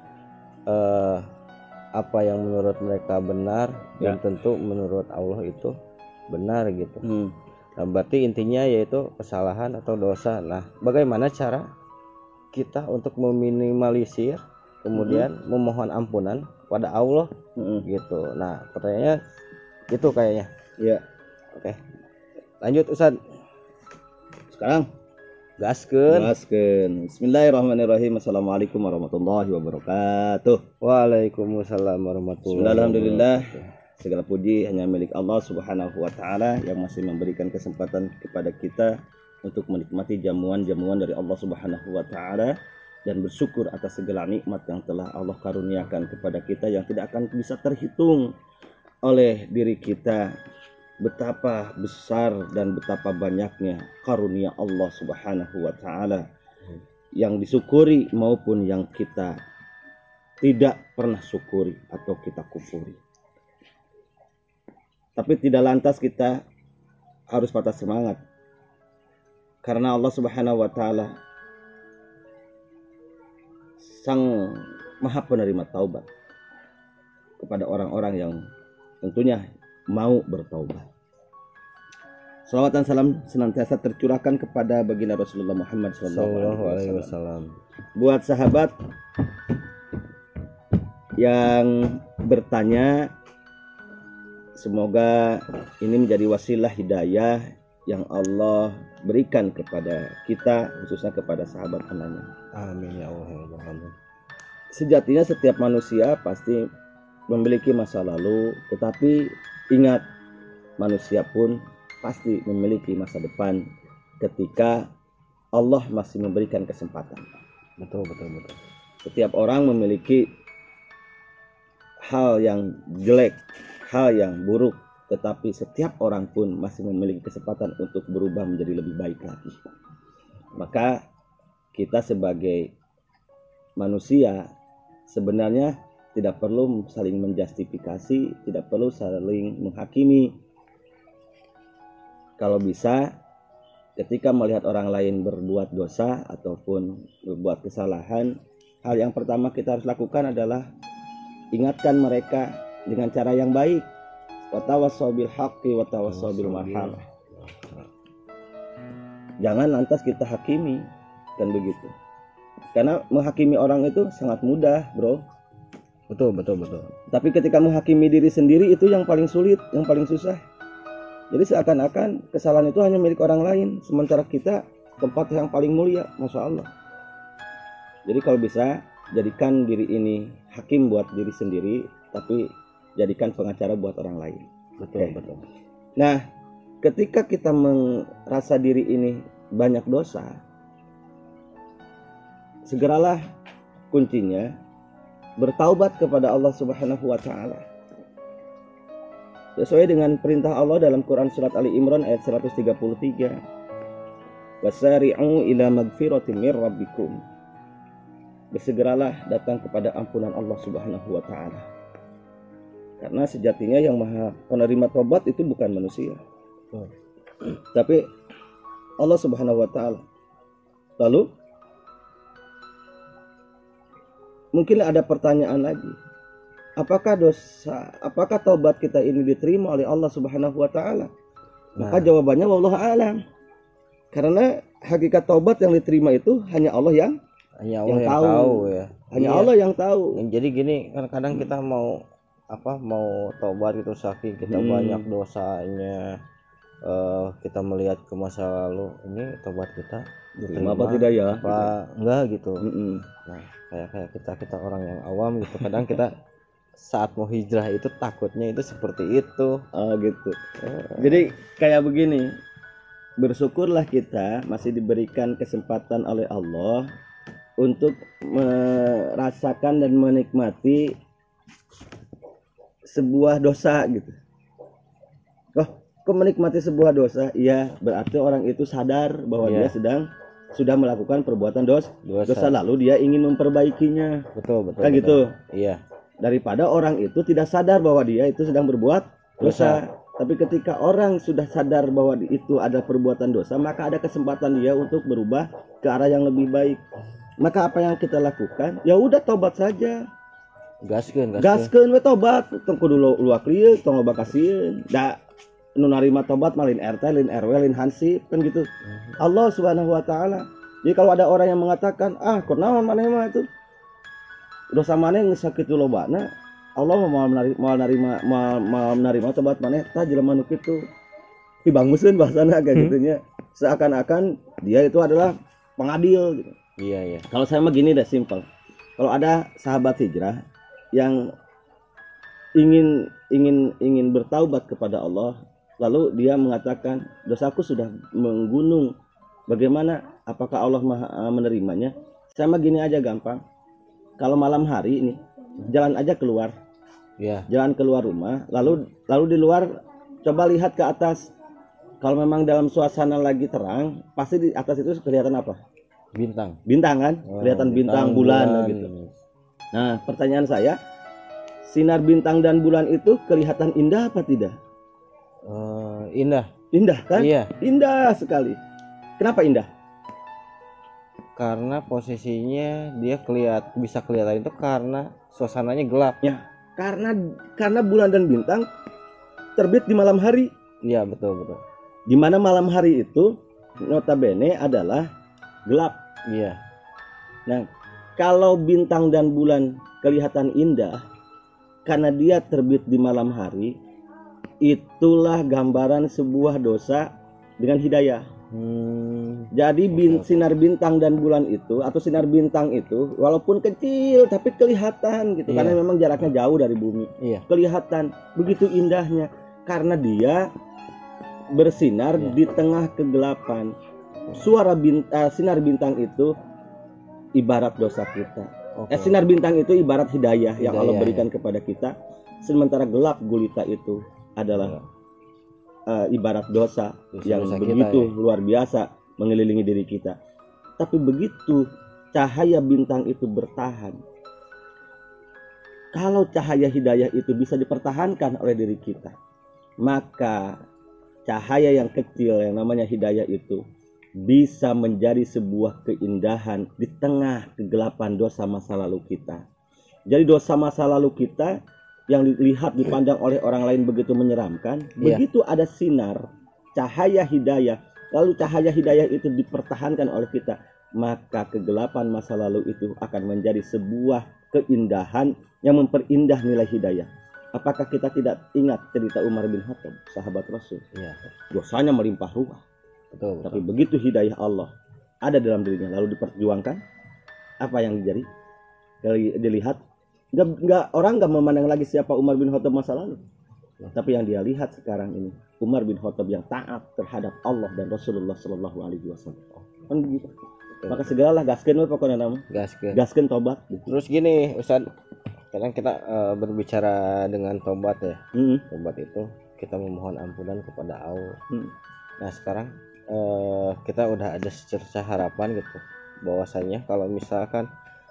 apa yang menurut mereka benar dan tentu menurut Allah itu benar gitu. Nah, berarti intinya yaitu kesalahan atau dosa. Nah, bagaimana cara kita untuk meminimalisir, kemudian memohon ampunan pada Allah gitu. Nah, pertanyaannya itu kayaknya. Ya. Oke. Lanjut Ustadz. Sekarang gaskeun. Bismillahirrahmanirrahim. Assalamualaikum warahmatullahi wabarakatuh. Waalaikumsalam warahmatullahi wabarakatuh. Alhamdulillah. Segala puji hanya milik Allah Subhanahu wa taala yang masih memberikan kesempatan kepada kita untuk menikmati jamuan-jamuan dari Allah Subhanahu wa taala dan bersyukur atas segala nikmat yang telah Allah karuniakan kepada kita yang tidak akan bisa terhitung oleh diri kita. Betapa besar dan betapa banyaknya karunia Allah Subhanahu wa taala yang disyukuri maupun yang kita tidak pernah syukuri atau kita kufuri. Tapi tidak lantas kita harus patah semangat, karena Allah Subhanahu wa taala Sang Maha Penerima taubat kepada orang-orang yang tentunya mau bertaubat. Salawat dan salam senantiasa tercurahkan kepada baginda Rasulullah Muhammad SAW. Buat sahabat yang bertanya, semoga ini menjadi wasilah hidayah yang Allah berikan kepada kita, khususnya kepada sahabat penanya. Amin ya Allah. Sejatinya setiap manusia pasti memiliki masa lalu, tetapi ingat, manusia pun pasti memiliki masa depan ketika Allah masih memberikan kesempatan. Betul. Setiap orang memiliki hal yang jelek, hal yang buruk, tetapi setiap orang pun masih memiliki kesempatan untuk berubah menjadi lebih baik lagi. Maka kita sebagai manusia sebenarnya tidak perlu saling menjustifikasi, tidak perlu saling menghakimi. Kalau bisa, ketika melihat orang lain berbuat dosa ataupun berbuat kesalahan, hal yang pertama kita harus lakukan adalah ingatkan mereka dengan cara yang baik. Watawassaw bil haqqi watawassaw bil mahal. Jangan lantas kita hakimi, kan begitu. Karena menghakimi orang itu sangat mudah, bro. Betul. Tapi ketika menghakimi diri sendiri itu yang paling sulit, yang paling susah. Jadi seakan-akan kesalahan itu hanya milik orang lain, sementara kita tempat yang paling mulia, Masya Allah. Jadi kalau bisa, jadikan diri ini hakim buat diri sendiri, tapi jadikan pengacara buat orang lain. Betul. Nah, ketika kita merasa diri ini banyak dosa, segeralah kuncinya bertaubat kepada Allah Subhanahu wa taala. Sesuai dengan perintah Allah dalam Quran surat Ali Imran ayat 133. Wasari'u ila magfiratin mir rabbikum. Bersegeralah datang kepada ampunan Allah Subhanahu wa taala. Karena sejatinya yang maha penerima tobat itu bukan manusia, tapi Allah Subhanahu wa taala. Lalu mungkin ada pertanyaan lagi. Apakah taubat kita ini diterima oleh Allah Subhanahu wa taala? Maka jawabannya wallahu a'lam. Karena hakikat taubat yang diterima itu hanya Allah yang tahu ya. Hanya Allah yang tahu. Jadi gini, kadang-kadang kita mau taubat itu saking kita banyak dosanya, kita melihat ke masa lalu, ini taubat kita diterima apa tidak ya? Enggak gitu. Nah, kayak kita orang yang awam gitu, kadang kita saat mau hijrah itu takutnya itu seperti itu. Gitu. Jadi kayak begini, bersyukurlah kita masih diberikan kesempatan oleh Allah untuk merasakan dan menikmati sebuah dosa gitu. Kok menikmati sebuah dosa? Iya, berarti orang itu sadar bahwa dia sudah melakukan perbuatan dosa lalu dia ingin memperbaikinya. Betul. Kan gitu. Iya. Daripada orang itu tidak sadar bahwa dia itu sedang berbuat dosa. Tapi ketika orang sudah sadar bahwa itu ada perbuatan dosa, maka ada kesempatan dia untuk berubah ke arah yang lebih baik. Maka apa yang kita lakukan? Ya udah tobat saja. Gaskeun we tobat, tong kudu luak lieu, tong loba kasieun. Da nu narima tobat mah lain RT, lain RW, lain hansip kan gitu. Allah Subhanahu wa taala. Jadi kalau ada orang yang mengatakan, kunaon maneh mah itu dosa maneh geus sakitu lobana, Allah mau menerima tobat maneh tah jelema nu kitu. Dibanguskeun bahasana kayak gitunya. Seakan-akan dia itu adalah pengadil gitu. Iya. Kalau saya mah gini deh, simple. Kalau ada sahabat hijrah yang ingin bertaubat kepada Allah, lalu dia mengatakan dosaku sudah menggunung, bagaimana? Apakah Allah menerimanya? Saya mah gini aja gampang. Kalau malam hari ini jalan aja keluar, jalan keluar rumah, lalu di luar coba lihat ke atas. Kalau memang dalam suasana lagi terang, pasti di atas itu kelihatan apa? Bintang kan? Kelihatan bintang bulan gitu. Nah, pertanyaan saya, sinar bintang dan bulan itu kelihatan indah apa tidak? Indah kan? Iya. Indah sekali. Kenapa indah? Karena posisinya dia bisa kelihatan itu karena suasananya gelap. Ya, karena bulan dan bintang terbit di malam hari. Iya, betul. Di mana malam hari itu notabene adalah gelap. Iya. Nah, kalau bintang dan bulan kelihatan indah karena dia terbit di malam hari, itulah gambaran sebuah dosa dengan hidayah. Jadi sinar bintang dan bulan itu atau sinar bintang itu walaupun kecil tapi kelihatan gitu, karena memang jaraknya jauh dari bumi. Kelihatan begitu indahnya karena dia bersinar di tengah kegelapan. Sinar bintang itu ibarat dosa kita. Sinar bintang itu ibarat hidayah yang Allah berikan kepada kita. Sementara gelap gulita itu adalah ibarat dosa yang begitu luar biasa mengelilingi diri kita. Tapi begitu cahaya bintang itu bertahan, kalau cahaya hidayah itu bisa dipertahankan oleh diri kita, maka cahaya yang kecil yang namanya hidayah itu bisa menjadi sebuah keindahan di tengah kegelapan dosa masa lalu kita. Jadi dosa masa lalu kita yang dilihat dipandang oleh orang lain begitu menyeramkan, begitu ada sinar cahaya hidayah, lalu cahaya hidayah itu dipertahankan oleh kita, maka kegelapan masa lalu itu akan menjadi sebuah keindahan yang memperindah nilai hidayah. Apakah kita tidak ingat cerita Umar bin Khattab, sahabat Rasul? Iya. Dosanya melimpah ruah. Betul. Tapi begitu hidayah Allah ada dalam dirinya lalu diperjuangkan, apa yang terjadi? Dilihat, orang nggak memandang lagi siapa Umar bin Khattab masa lalu. Tapi yang dia lihat sekarang ini Umar bin Khattab yang taat terhadap Allah dan Rasulullah Shallallahu Alaihi Wasallam. Kan begitu. Maka segeralah gaskeun pokoknya nama. Gaskeun tobat. Terus gini, Ustaz, kadang kita berbicara dengan tobat ya. Tobat itu kita memohon ampunan kepada Allah. Nah sekarang kita udah ada secerca harapan gitu, bahwasanya kalau misalkan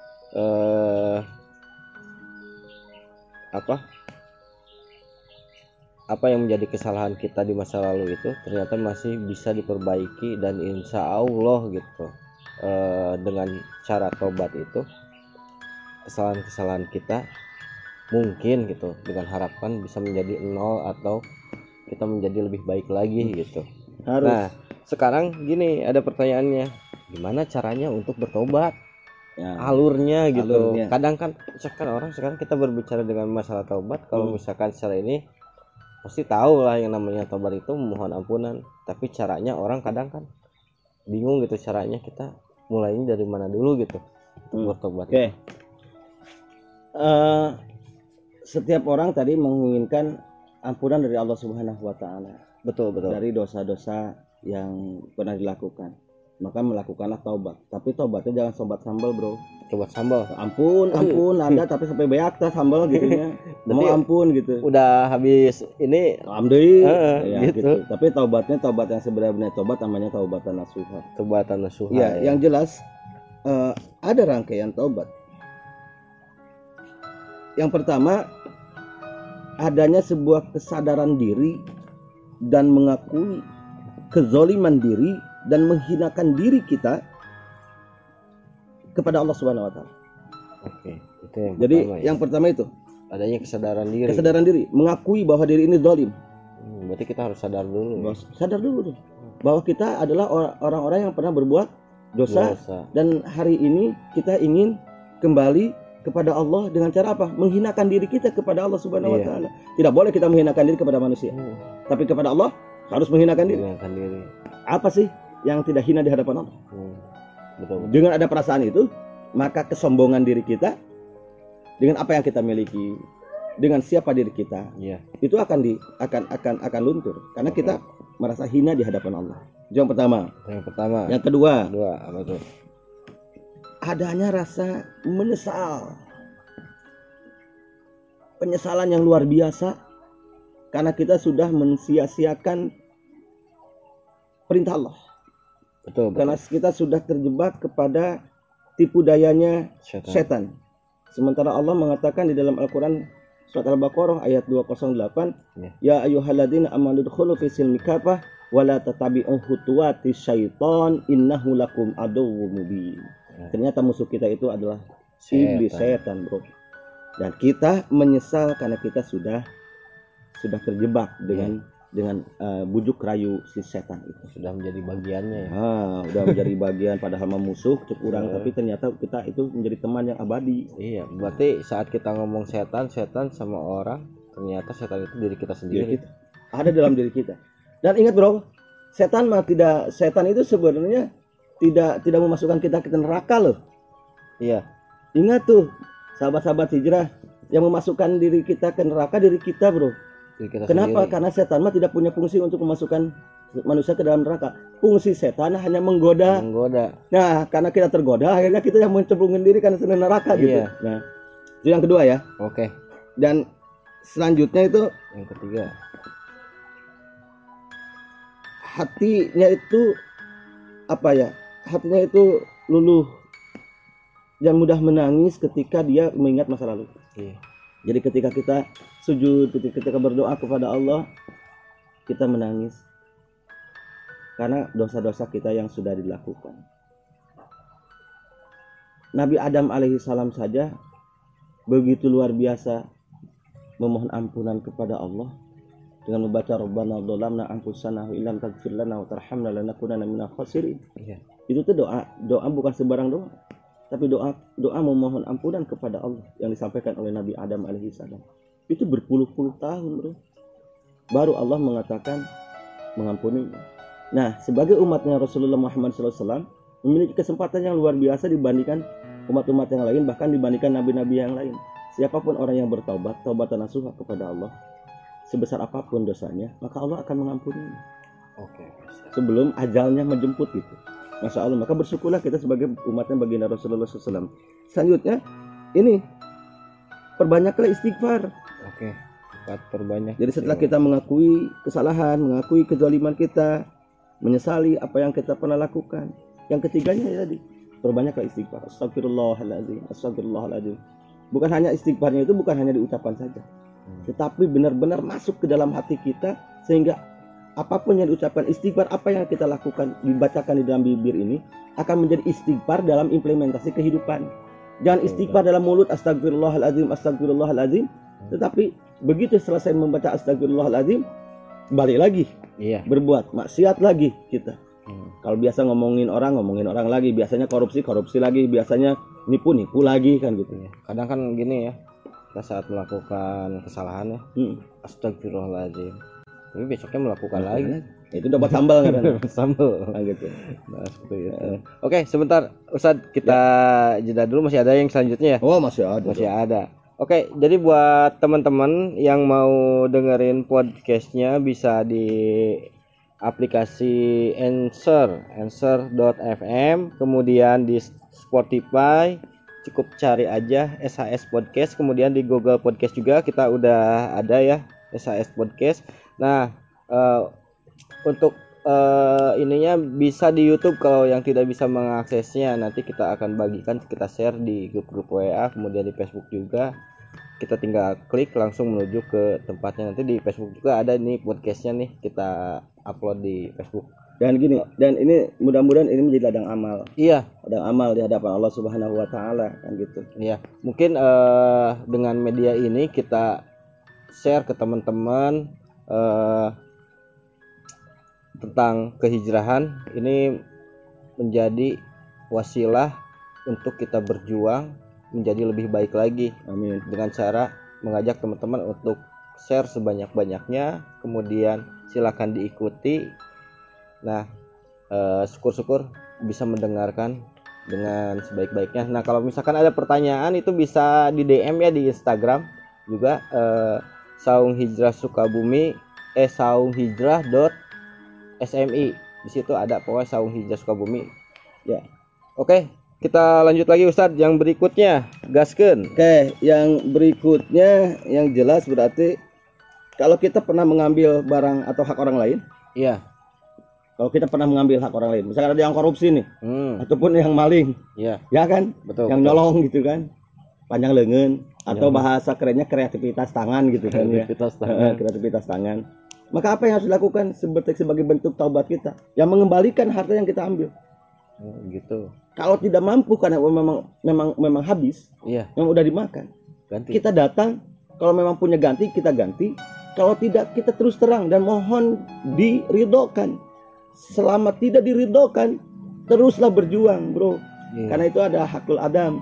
apa yang menjadi kesalahan kita di masa lalu itu ternyata masih bisa diperbaiki, dan insya Allah gitu dengan cara tobat itu kesalahan-kesalahan kita mungkin gitu dengan harapan bisa menjadi nol atau kita menjadi lebih baik lagi gitu. Nah sekarang gini, ada pertanyaannya, gimana caranya untuk bertobat? Ya, alurnya gitu. Kadang kan sekarang kita berbicara dengan masalah tobat, kalau misalkan secara ini pasti tahu lah yang namanya tobat itu memohon ampunan, tapi caranya orang kadang kan bingung gitu, caranya kita mulainya dari mana dulu gitu bertobat. Oke. Setiap orang tadi menginginkan ampunan dari Allah Subhanahu wa taala. Betul. Dari dosa-dosa yang pernah dilakukan. Maka melakukanlah taubat. Tapi taubatnya jangan sobat sambal, bro. Tobat sambal. Ampun, ada tapi sampai beak tas sambal gitu ya. Mau ampun gitu. Udah habis ini alhamdulillah ya, gitu. Tapi taubatnya taubat yang sebenarnya taubat namanya taubatan nasuha. Taubatan nasuha. Ya, yang jelas ada rangkaian taubat. Yang pertama, adanya sebuah kesadaran diri dan mengakui kezaliman diri dan menghinakan diri kita kepada Allah Subhanahu wa taala. Oke, itu yang jadi pertama, yang pertama itu adanya kesadaran diri. Kesadaran diri, mengakui bahwa diri ini zalim. Berarti kita harus sadar dulu. Sadar dulu tuh bahwa kita adalah orang-orang yang pernah berbuat dosa. Dan hari ini kita ingin kembali kepada Allah dengan cara apa? Menghinakan diri kita kepada Allah Subhanahu wa taala. Tidak boleh kita menghinakan diri kepada manusia. Tapi kepada Allah harus menghinakan diri. Apa sih yang tidak hina di hadapan Allah? Betul. Dengan ada perasaan itu, maka kesombongan diri kita dengan apa yang kita miliki, dengan siapa diri kita, itu akan luntur karena kita merasa hina di hadapan Allah. Itu yang pertama. Yang kedua, apa tuh? Adanya rasa menyesal. Penyesalan yang luar biasa karena kita sudah mensia-siakan perintah Allah. Betul. Karena kita sudah terjebak kepada tipu dayanya setan. Sementara Allah mengatakan di dalam Al-Qur'an surat Al-Baqarah ayat 208, ya ayyuhalladzina amanu dkhulu fi silmi kafah wa la tattabi'u khutuwati syaitan innahu lakum aduwwum mubin. Ternyata musuh kita itu adalah iblis, setan, bro. Dan kita menyesal karena kita sudah terjebak dengan bujuk rayu si setan itu. Sudah menjadi bagiannya ya. Udah menjadi bagian padahal musuh cek kurang, tapi ternyata kita itu menjadi teman yang abadi. Iya, berarti saat kita ngomong setan sama orang, ternyata setan itu diri kita sendiri. Ada dalam diri kita. Dan ingat bro, setan itu sebenarnya tidak memasukkan kita ke neraka loh. Iya. Ingat tuh, sahabat-sahabat hijrah, yang memasukkan diri kita ke neraka diri kita, bro. Kenapa? Sendiri. Karena setan mah tidak punya fungsi untuk memasukkan manusia ke dalam neraka. Fungsi setan hanya menggoda. Nah, karena kita tergoda, akhirnya kita yang mencemplungin diri karena senang neraka gitu. Nah, itu yang kedua ya. Oke. Dan selanjutnya itu yang ketiga. Hatinya itu apa ya? Hatinya itu luluh dan mudah menangis ketika dia mengingat masa lalu. Jadi ketika kita sujud, ketika berdoa kepada Allah, kita menangis karena dosa-dosa kita yang sudah dilakukan. Nabi Adam alaihissalam saja begitu luar biasa memohon ampunan kepada Allah dengan membaca Rabbana dzalamna anfusana wa illam taghfir lana wa tarhamna lanakunanna minal khasirin. Itu tuh doa bukan sembarang doa, tapi doa memohon ampunan kepada Allah yang disampaikan oleh Nabi Adam alaihissalam. Itu berpuluh-puluh tahun, bro. Baru Allah mengatakan mengampuni. Nah, sebagai umatnya Rasulullah Muhammad SAW memiliki kesempatan yang luar biasa dibandingkan umat-umat yang lain, bahkan dibandingkan nabi-nabi yang lain. Siapapun orang yang bertaubat, taubatan nasuha kepada Allah, sebesar apapun dosanya, maka Allah akan mengampuni. Oke. Sebelum ajalnya menjemput gitu. Masya Allah, maka bersyukurlah kita sebagai umatnya baginda Rasulullah SAW. Selanjutnya, ini perbanyaklah istighfar. Oke. Perbanyak. Jadi setelah kita mengakui kesalahan, mengakui kezaliman kita, menyesali apa yang kita pernah lakukan, yang ketiganya ya tadi, perbanyaklah istighfar. Astagfirullahaladzim, astagfirullahaladzim. Bukan hanya istighfarnya itu bukan hanya diucapkan saja, tetapi benar-benar masuk ke dalam hati kita, sehingga apapun yang diucapkan istighfar, apa yang kita lakukan, dibacakan di dalam bibir ini akan menjadi istighfar dalam implementasi kehidupan. Jangan istighfar dalam mulut, astagfirullahaladzim, astagfirullahaladzim, tetapi begitu selesai membaca astagfirullahaladzim, balik lagi, berbuat maksiat lagi kita. Kalau biasa ngomongin orang lagi, biasanya korupsi lagi, biasanya nipu lagi kan gitu. Kadang kan gini ya, kita saat melakukan kesalahan ya, astagfirullahaladzim, tapi besoknya melakukan lagi. Itu dapat sambal kan? Sambal. Nah, gitu. Nah, seperti itu. Oke, sebentar Ustadz, kita jeda dulu, masih ada yang selanjutnya ya? Oh, masih ada. Masih ada. Oke, jadi buat teman-teman yang mau dengerin podcastnya bisa di aplikasi Anchor.fm, kemudian di Spotify cukup cari aja SHS Podcast, kemudian di Google Podcast juga kita udah ada ya SHS Podcast. Nah, untuk ininya bisa di YouTube. Kalau yang tidak bisa mengaksesnya, nanti kita akan bagikan, kita share di grup-grup WA, kemudian di Facebook juga. Kita tinggal klik langsung menuju ke tempatnya. Nanti di Facebook juga ada nih podcastnya nih, kita upload di Facebook. Dan gini, dan ini mudah-mudahan ini menjadi ladang amal. Iya, ladang amal di hadapan Allah Subhanahu wa taala kan gitu. Iya, mungkin dengan media ini kita share ke teman-teman tentang kehijrahan. Ini menjadi wasilah untuk kita berjuang menjadi lebih baik lagi. Amin. Dengan cara mengajak teman-teman untuk share sebanyak-banyaknya, kemudian silakan diikuti. Nah, syukur-syukur bisa mendengarkan dengan sebaik-baiknya. Nah, kalau misalkan ada pertanyaan itu bisa di DM ya di Instagram juga, Saung Hijrah Sukabumi, saunghijrah.smi. Di situ ada pokoknya Saung Hijrah Sukabumi. Ya. Oke, kita lanjut lagi Ustadz, yang berikutnya gaskeun. Oke, yang berikutnya yang jelas berarti kalau kita pernah mengambil barang atau hak orang lain. Iya. Kalau kita pernah mengambil hak orang lain, misalkan ada yang korupsi nih, ataupun yang maling, ya kan, betul, yang nyolong gitu kan, panjang lengan, atau bahasa kerennya kreativitas tangan gitu kan, kreativitas tangan. Maka apa yang harus dilakukan sebagai bentuk taubat kita, yang mengembalikan harta yang kita ambil. Gitu. Kalau tidak mampu karena memang habis, memang udah dimakan, ganti. Kita datang, kalau memang punya ganti kita ganti, kalau tidak kita terus terang dan mohon diridhokan. Selama tidak diridhokan, teruslah berjuang, bro. Karena itu ada hakul adam,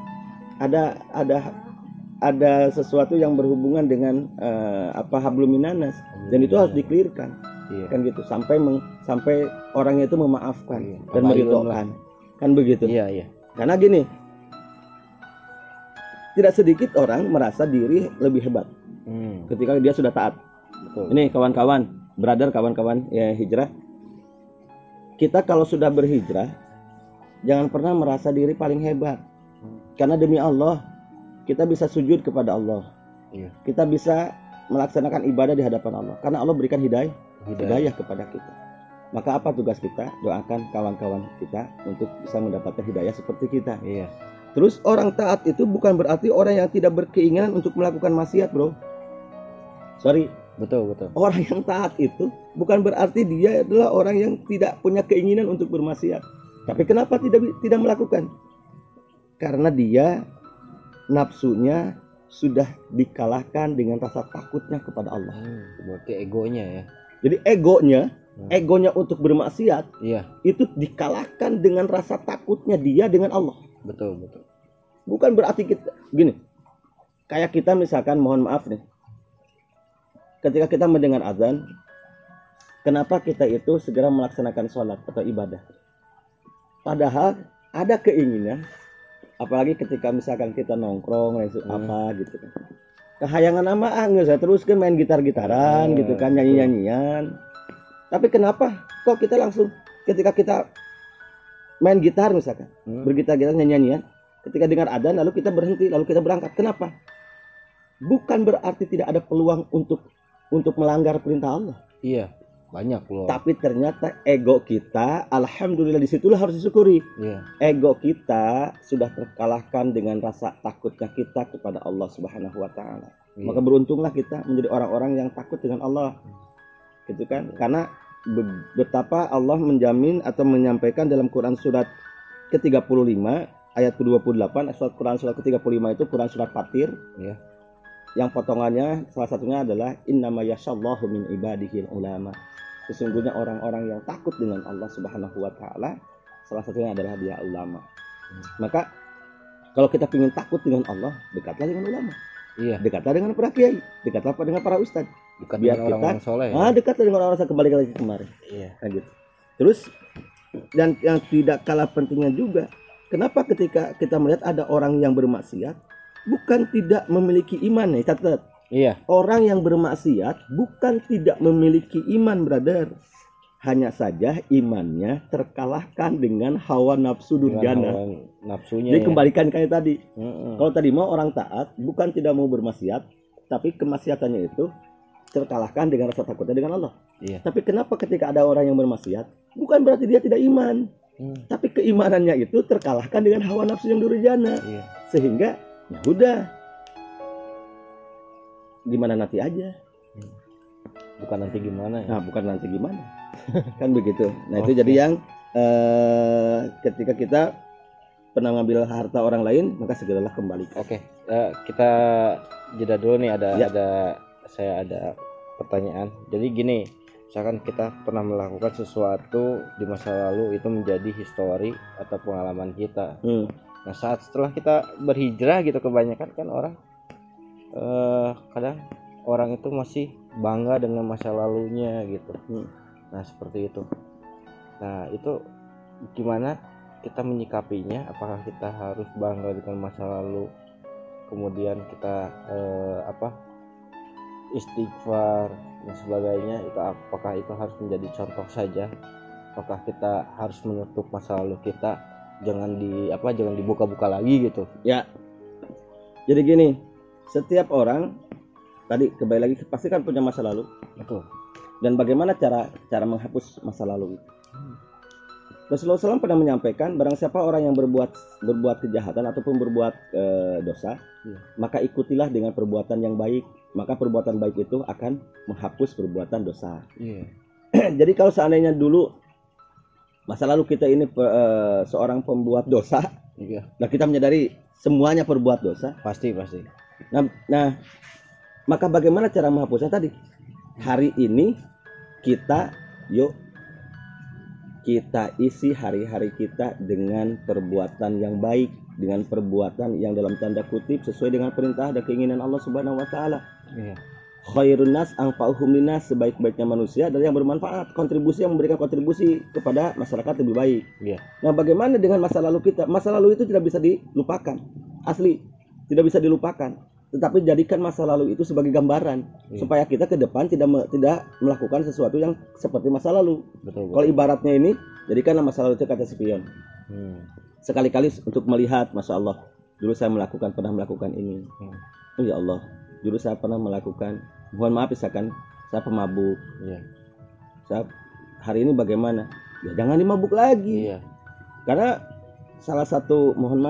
ada sesuatu yang berhubungan dengan hablum minanas, dan itu harus dikelirkan, kan gitu, sampai orangnya itu memaafkan dan meridhokan, kan begitu. Karena gini, tidak sedikit orang merasa diri lebih hebat ketika dia sudah taat. Betul. Ini kawan-kawan, kawan-kawan ya hijrah. Kita kalau sudah berhijrah, jangan pernah merasa diri paling hebat. Karena demi Allah, kita bisa sujud kepada Allah. Kita bisa melaksanakan ibadah di hadapan Allah. Karena Allah berikan hidayah kepada kita. Maka apa tugas kita? Doakan kawan-kawan kita untuk bisa mendapatkan hidayah seperti kita. Terus orang taat itu bukan berarti orang yang tidak berkeinginan untuk melakukan maksiat, bro. Sorry. Betul. Orang yang taat itu bukan berarti dia adalah orang yang tidak punya keinginan untuk bermaksiat. Tapi kenapa tidak melakukan? Karena dia nafsunya sudah dikalahkan dengan rasa takutnya kepada Allah. Berarti egonya ya. Jadi egonya egonya untuk bermaksiat, Iya, itu dikalahkan dengan rasa takutnya dia dengan Allah. betul, betul. Bukan berarti kita gini. Kayak kita misalkan, mohon maaf nih. Ketika kita mendengar azan, kenapa kita itu segera melaksanakan sholat atau ibadah? Padahal ada keinginan, apalagi ketika misalkan kita nongkrong apa gitu kan. Kehayangan nama nggak saya teruskan main gitar-gitaran gitu kan, nyanyi-nyanyian. Tapi kenapa kok kita langsung ketika kita main gitar misalkan, bergitar-gitar nyanyi-nyanyian, ketika dengar adzan lalu kita berhenti, lalu kita berangkat. Kenapa? Bukan berarti tidak ada peluang untuk melanggar perintah Allah. Iya, banyak loh. Tapi ternyata ego kita, alhamdulillah disitulah harus disyukuri. Iya. Ego kita sudah terkalahkan dengan rasa takutnya kita kepada Allah Subhanahu wa taala. Iya. Maka beruntunglah kita menjadi orang-orang yang takut dengan Allah. Gitu kan? Karena betapa Allah menjamin atau menyampaikan dalam Quran surat ke-35 ayat ke-28, surat ke-35 itu Quran surat Fatir. Iya. Yang potongannya salah satunya adalah innama yasyallahu min ibadihil ulama. Sesungguhnya orang-orang yang takut dengan Allah Subhanahu wa taala salah satunya adalah dia ulama. Maka kalau kita ingin takut dengan Allah, dekatlah dengan ulama. Iya. Dekatlah dengan para kiai, dekatlah dengan para ustadz. Dekat Biar dengan orang-orang soleh. dekatlah dengan orang-orang yang kembali lagi kemarin. Iya. Nah, gitu. Terus dan yang tidak kalah pentingnya juga, kenapa ketika kita melihat ada orang yang bermaksiat bukan tidak memiliki iman nih, catat. Iya. Orang yang bermaksiat bukan tidak memiliki iman, brother. Hanya saja imannya terkalahkan dengan hawa nafsu durjana. Nafsunya. Jadi kembalikan kayak tadi. Mm-mm. Kalau tadi mau orang taat bukan tidak mau bermaksiat, tapi kemaksiatannya itu terkalahkan dengan rasa takutnya dengan Allah. Iya. Tapi kenapa ketika ada orang yang bermaksiat bukan berarti dia tidak iman, tapi keimanannya itu terkalahkan dengan hawa nafsu yang durjana. Iya. Sehingga ya udah, gimana nanti aja. Bukan nanti gimana ya. Nah, bukan nanti gimana. Kan begitu. Nah, itu Oke. jadi yang ketika kita pernah ngambil harta orang lain, maka segeralah kembali. Oke, kita jeda dulu nih, Ya. saya ada pertanyaan. Jadi gini, misalkan kita pernah melakukan sesuatu di masa lalu itu menjadi histori atau pengalaman kita. Nah, saat setelah kita berhijrah gitu, kebanyakan kan orang kadang orang itu masih bangga dengan masa lalunya gitu. Nah, seperti itu. Nah, itu gimana kita menyikapinya? Apakah kita harus bangga dengan masa lalu, kemudian kita istighfar dan sebagainya? Itu apakah itu harus menjadi contoh saja? Apakah kita harus menutup masa lalu kita, jangan dibuka-buka lagi gitu? Ya. Jadi gini, setiap orang tadi kembali lagi pasti kan punya masa lalu. Betul. Dan bagaimana cara menghapus masa lalu itu? Rasulullah SAW pernah menyampaikan, barang siapa orang yang berbuat kejahatan ataupun berbuat dosa, maka ikutilah dengan perbuatan yang baik, maka perbuatan baik itu akan menghapus perbuatan dosa. Iya. Jadi kalau seandainya dulu masa lalu kita ini seorang pembuat dosa, Iya. nah kita menyadari semuanya perbuat dosa. Pasti. Nah, maka bagaimana cara menghapusnya tadi? Hari ini kita isi hari-hari kita dengan perbuatan yang baik, dengan perbuatan yang dalam tanda kutip sesuai dengan perintah dan keinginan Allah Subhanahu wa taala. Iya. Khairun nas anfa'uhum linnas, sebaik-baiknya manusia adalah yang bermanfaat, kontribusi yang memberikan kontribusi kepada masyarakat lebih baik. Iya. Nah, bagaimana dengan masa lalu kita? Masa lalu itu tidak bisa dilupakan. Asli, tidak bisa dilupakan. Tetapi jadikan masa lalu itu sebagai gambaran supaya kita ke depan tidak melakukan sesuatu yang seperti masa lalu. Betul. Kalau ibaratnya ini, jadikanlah masa lalu itu kata spion. Sekali-kali untuk melihat, Masya Allah, dulu saya pernah melakukan ini. Oh ya Allah, dulu saya pernah melakukan, mohon maaf misalkan saya pemabuk. Iya. Saya hari ini bagaimana? Ya jangan dimabuk lagi. Iya. Karena salah satu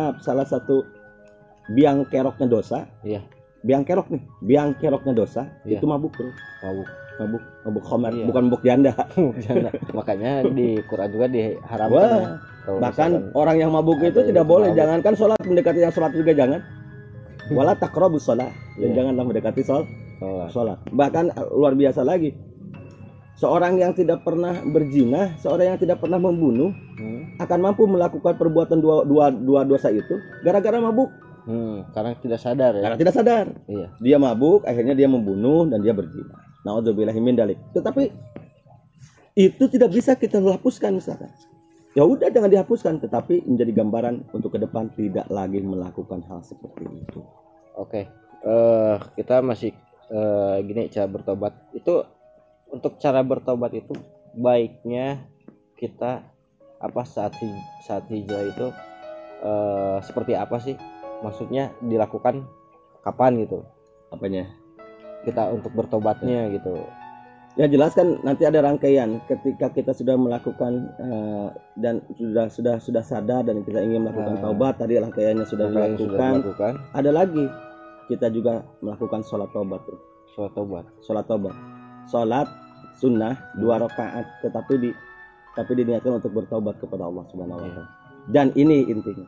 biang keroknya dosa. Iya. Biang keroknya dosa Iya. itu mabuk, bro. Mabuk khamar, Iya. bukan mabuk janda. Jangan. Makanya di Quran juga diharamkan. Wah, ya. Kalau bahkan misalkan orang yang mabuk itu ada tidak yang boleh. mabuk. Jangankan sholat, mendekati yang sholat juga jangan. Wala taqrabus sholat. Iya. Janganlah mendekati Oh, sholat. Bahkan luar biasa lagi. Seorang yang tidak pernah berzina, seorang yang tidak pernah membunuh akan mampu melakukan perbuatan dua dosa itu gara-gara mabuk. Karena tidak sadar ya. Karena tidak sadar. Iya. Dia mabuk, akhirnya dia membunuh dan dia berzina. Nauzubillahi min dzalik. Tetapi itu tidak bisa kita hapuskan misalkan. Ya udah jangan dihapuskan, tetapi menjadi gambaran untuk ke depan tidak lagi melakukan hal seperti itu. Oke. Kita masih gini, cara bertobat itu, untuk cara bertobat itu baiknya kita saat hijrah itu seperti apa sih? Maksudnya dilakukan kapan gitu? Apanya? Kita untuk bertobatnya gitu. Ya jelaskan nanti ada rangkaian ketika kita sudah melakukan dan sudah sadar dan kita ingin melakukan taubat, tadi rangkaiannya sudah dilakukan. Ada lagi kita juga melakukan sholat taubat tuh. Sholat taubat. Sholat sunnah 2 rakaat tetapi diniatkan untuk bertaubat kepada Allah Subhanahu wa taala. Dan ini intinya.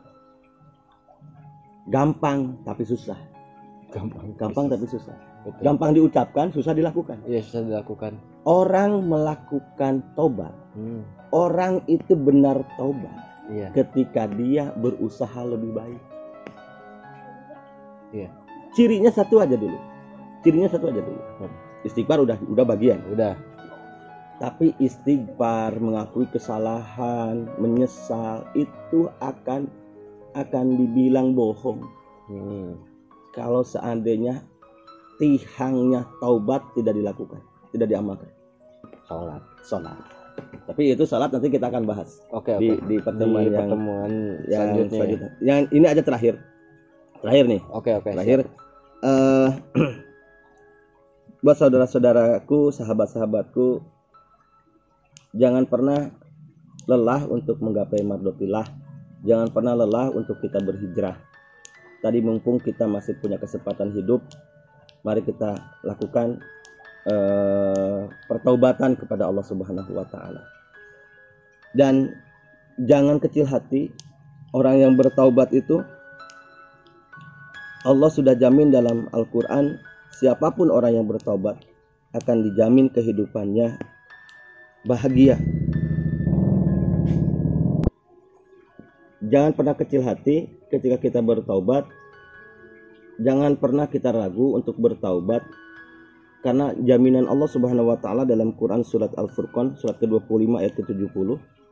Gampang tapi susah. Gampang tapi susah. Betul. Gampang diucapkan, susah dilakukan. Iya, susah dilakukan. Orang melakukan taubat. Orang itu benar taubat. Iya. Ketika dia berusaha lebih baik. Iya. Cirinya satu aja dulu. Istighfar udah bagian. Udah. Tapi istighfar, mengakui kesalahan, menyesal itu akan dibilang bohong. Kalau seandainya tihangnya taubat tidak dilakukan, tidak diamalkan. Sholat. Tapi itu sholat nanti kita akan bahas. Oke. Di pertemuan yang selanjutnya. Yang ini aja terakhir nih. Oke. Terakhir. Buat saudara-saudaraku, sahabat-sahabatku, jangan pernah lelah untuk menggapai mardhatillah. Jangan pernah lelah untuk kita berhijrah. Tadi mumpung kita masih punya kesempatan hidup, mari kita lakukan pertaubatan kepada Allah Subhanahu wa taala. Dan jangan kecil hati, orang yang bertaubat itu Allah sudah jamin dalam Al-Qur'an, siapapun orang yang bertaubat akan dijamin kehidupannya bahagia. Jangan pernah kecil hati ketika kita bertaubat. Jangan pernah kita ragu untuk bertaubat, karena jaminan Allah Subhanahu wa taala dalam Quran surat Al-Furqan surat ke-25 ayat ke-70.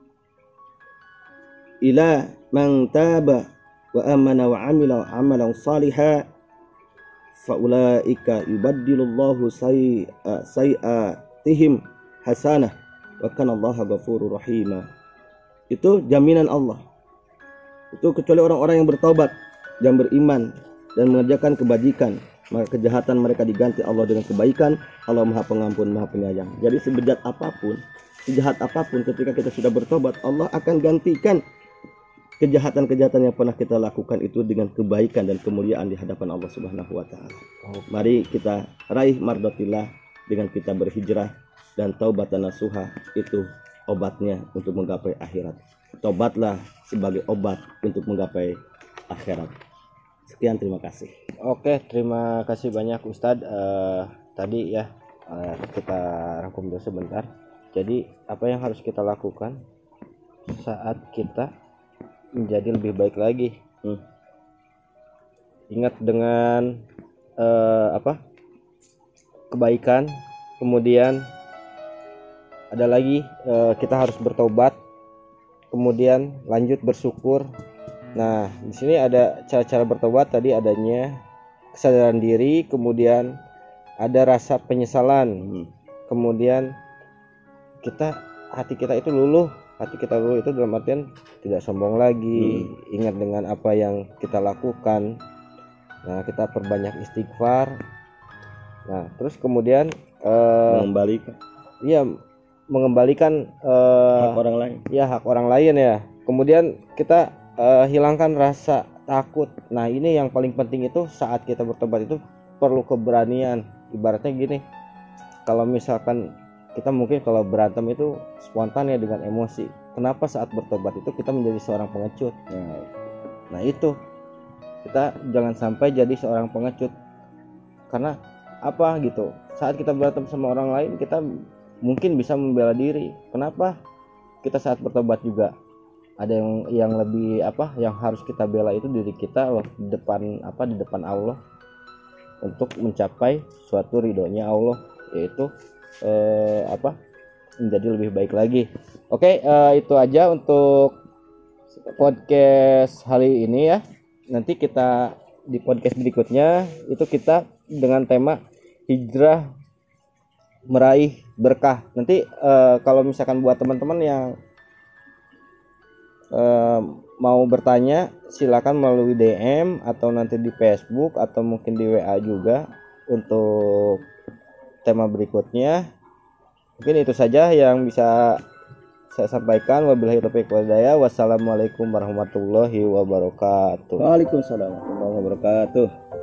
Ila man taba wa amana wa amila amalan salihan faulaika yubaddilullahu sayi'atihim hasanah wa kana Allaha ghafurur rahim. Itu jaminan Allah. Itu kecuali orang-orang yang bertaubat, yang beriman dan mengerjakan kebajikan, maka kejahatan mereka diganti Allah dengan kebaikan. Allah Maha Pengampun, Maha Penyayang. Jadi sebejat apapun, sejahat apapun, ketika kita sudah bertobat, Allah akan gantikan kejahatan-kejahatan yang pernah kita lakukan itu dengan kebaikan dan kemuliaan di hadapan Allah Subhanahu wa taala. Mari kita raih mardhatillah dengan kita berhijrah, dan taubatan nasuha itu obatnya untuk menggapai akhirat. Tobatlah sebagai obat untuk menggapai akhirat. Sekian, terima kasih. Oke, terima kasih banyak Ustadz. Tadi ya kita rangkum dulu sebentar. Jadi apa yang harus kita lakukan saat kita menjadi lebih baik lagi? Ingat dengan kebaikan. Kemudian ada lagi kita harus bertobat. Kemudian lanjut bersyukur. Nah, di sini ada cara-cara bertobat. Tadi adanya kesadaran diri, kemudian ada rasa penyesalan, kemudian hati kita itu luluh. Hati kita luluh itu dalam artian tidak sombong lagi, ingat dengan apa yang kita lakukan. Nah, kita perbanyak istighfar. Nah, terus kemudian mengembalikan hak orang lain. Ya, hak orang lain ya. Kemudian kita hilangkan rasa takut. Nah, ini yang paling penting itu saat kita bertobat itu perlu keberanian. Ibaratnya gini, kalau misalkan kita mungkin kalau berantem itu spontan ya dengan emosi. Kenapa saat bertobat itu kita menjadi seorang pengecut? Nah itu, kita jangan sampai jadi seorang pengecut. Karena apa gitu? Saat kita berantem sama orang lain, kita mungkin bisa membela diri. Kenapa kita saat bertobat juga ada yang lebih yang harus kita bela itu diri kita loh, di depan Allah, untuk mencapai suatu ridhonya Allah, yaitu menjadi lebih baik lagi. Oke, itu aja untuk podcast hari ini ya. Nanti kita di podcast berikutnya itu kita dengan tema hijrah meraih berkah. Nanti kalau misalkan buat teman-teman yang mau bertanya, silakan melalui DM atau nanti di Facebook atau mungkin di WA juga untuk tema berikutnya. Mungkin itu saja yang bisa saya sampaikan. Wabillahi taufiq wal hidayah. Wassalamualaikum warahmatullahi wabarakatuh. Waalaikumsalam warahmatullahi wabarakatuh.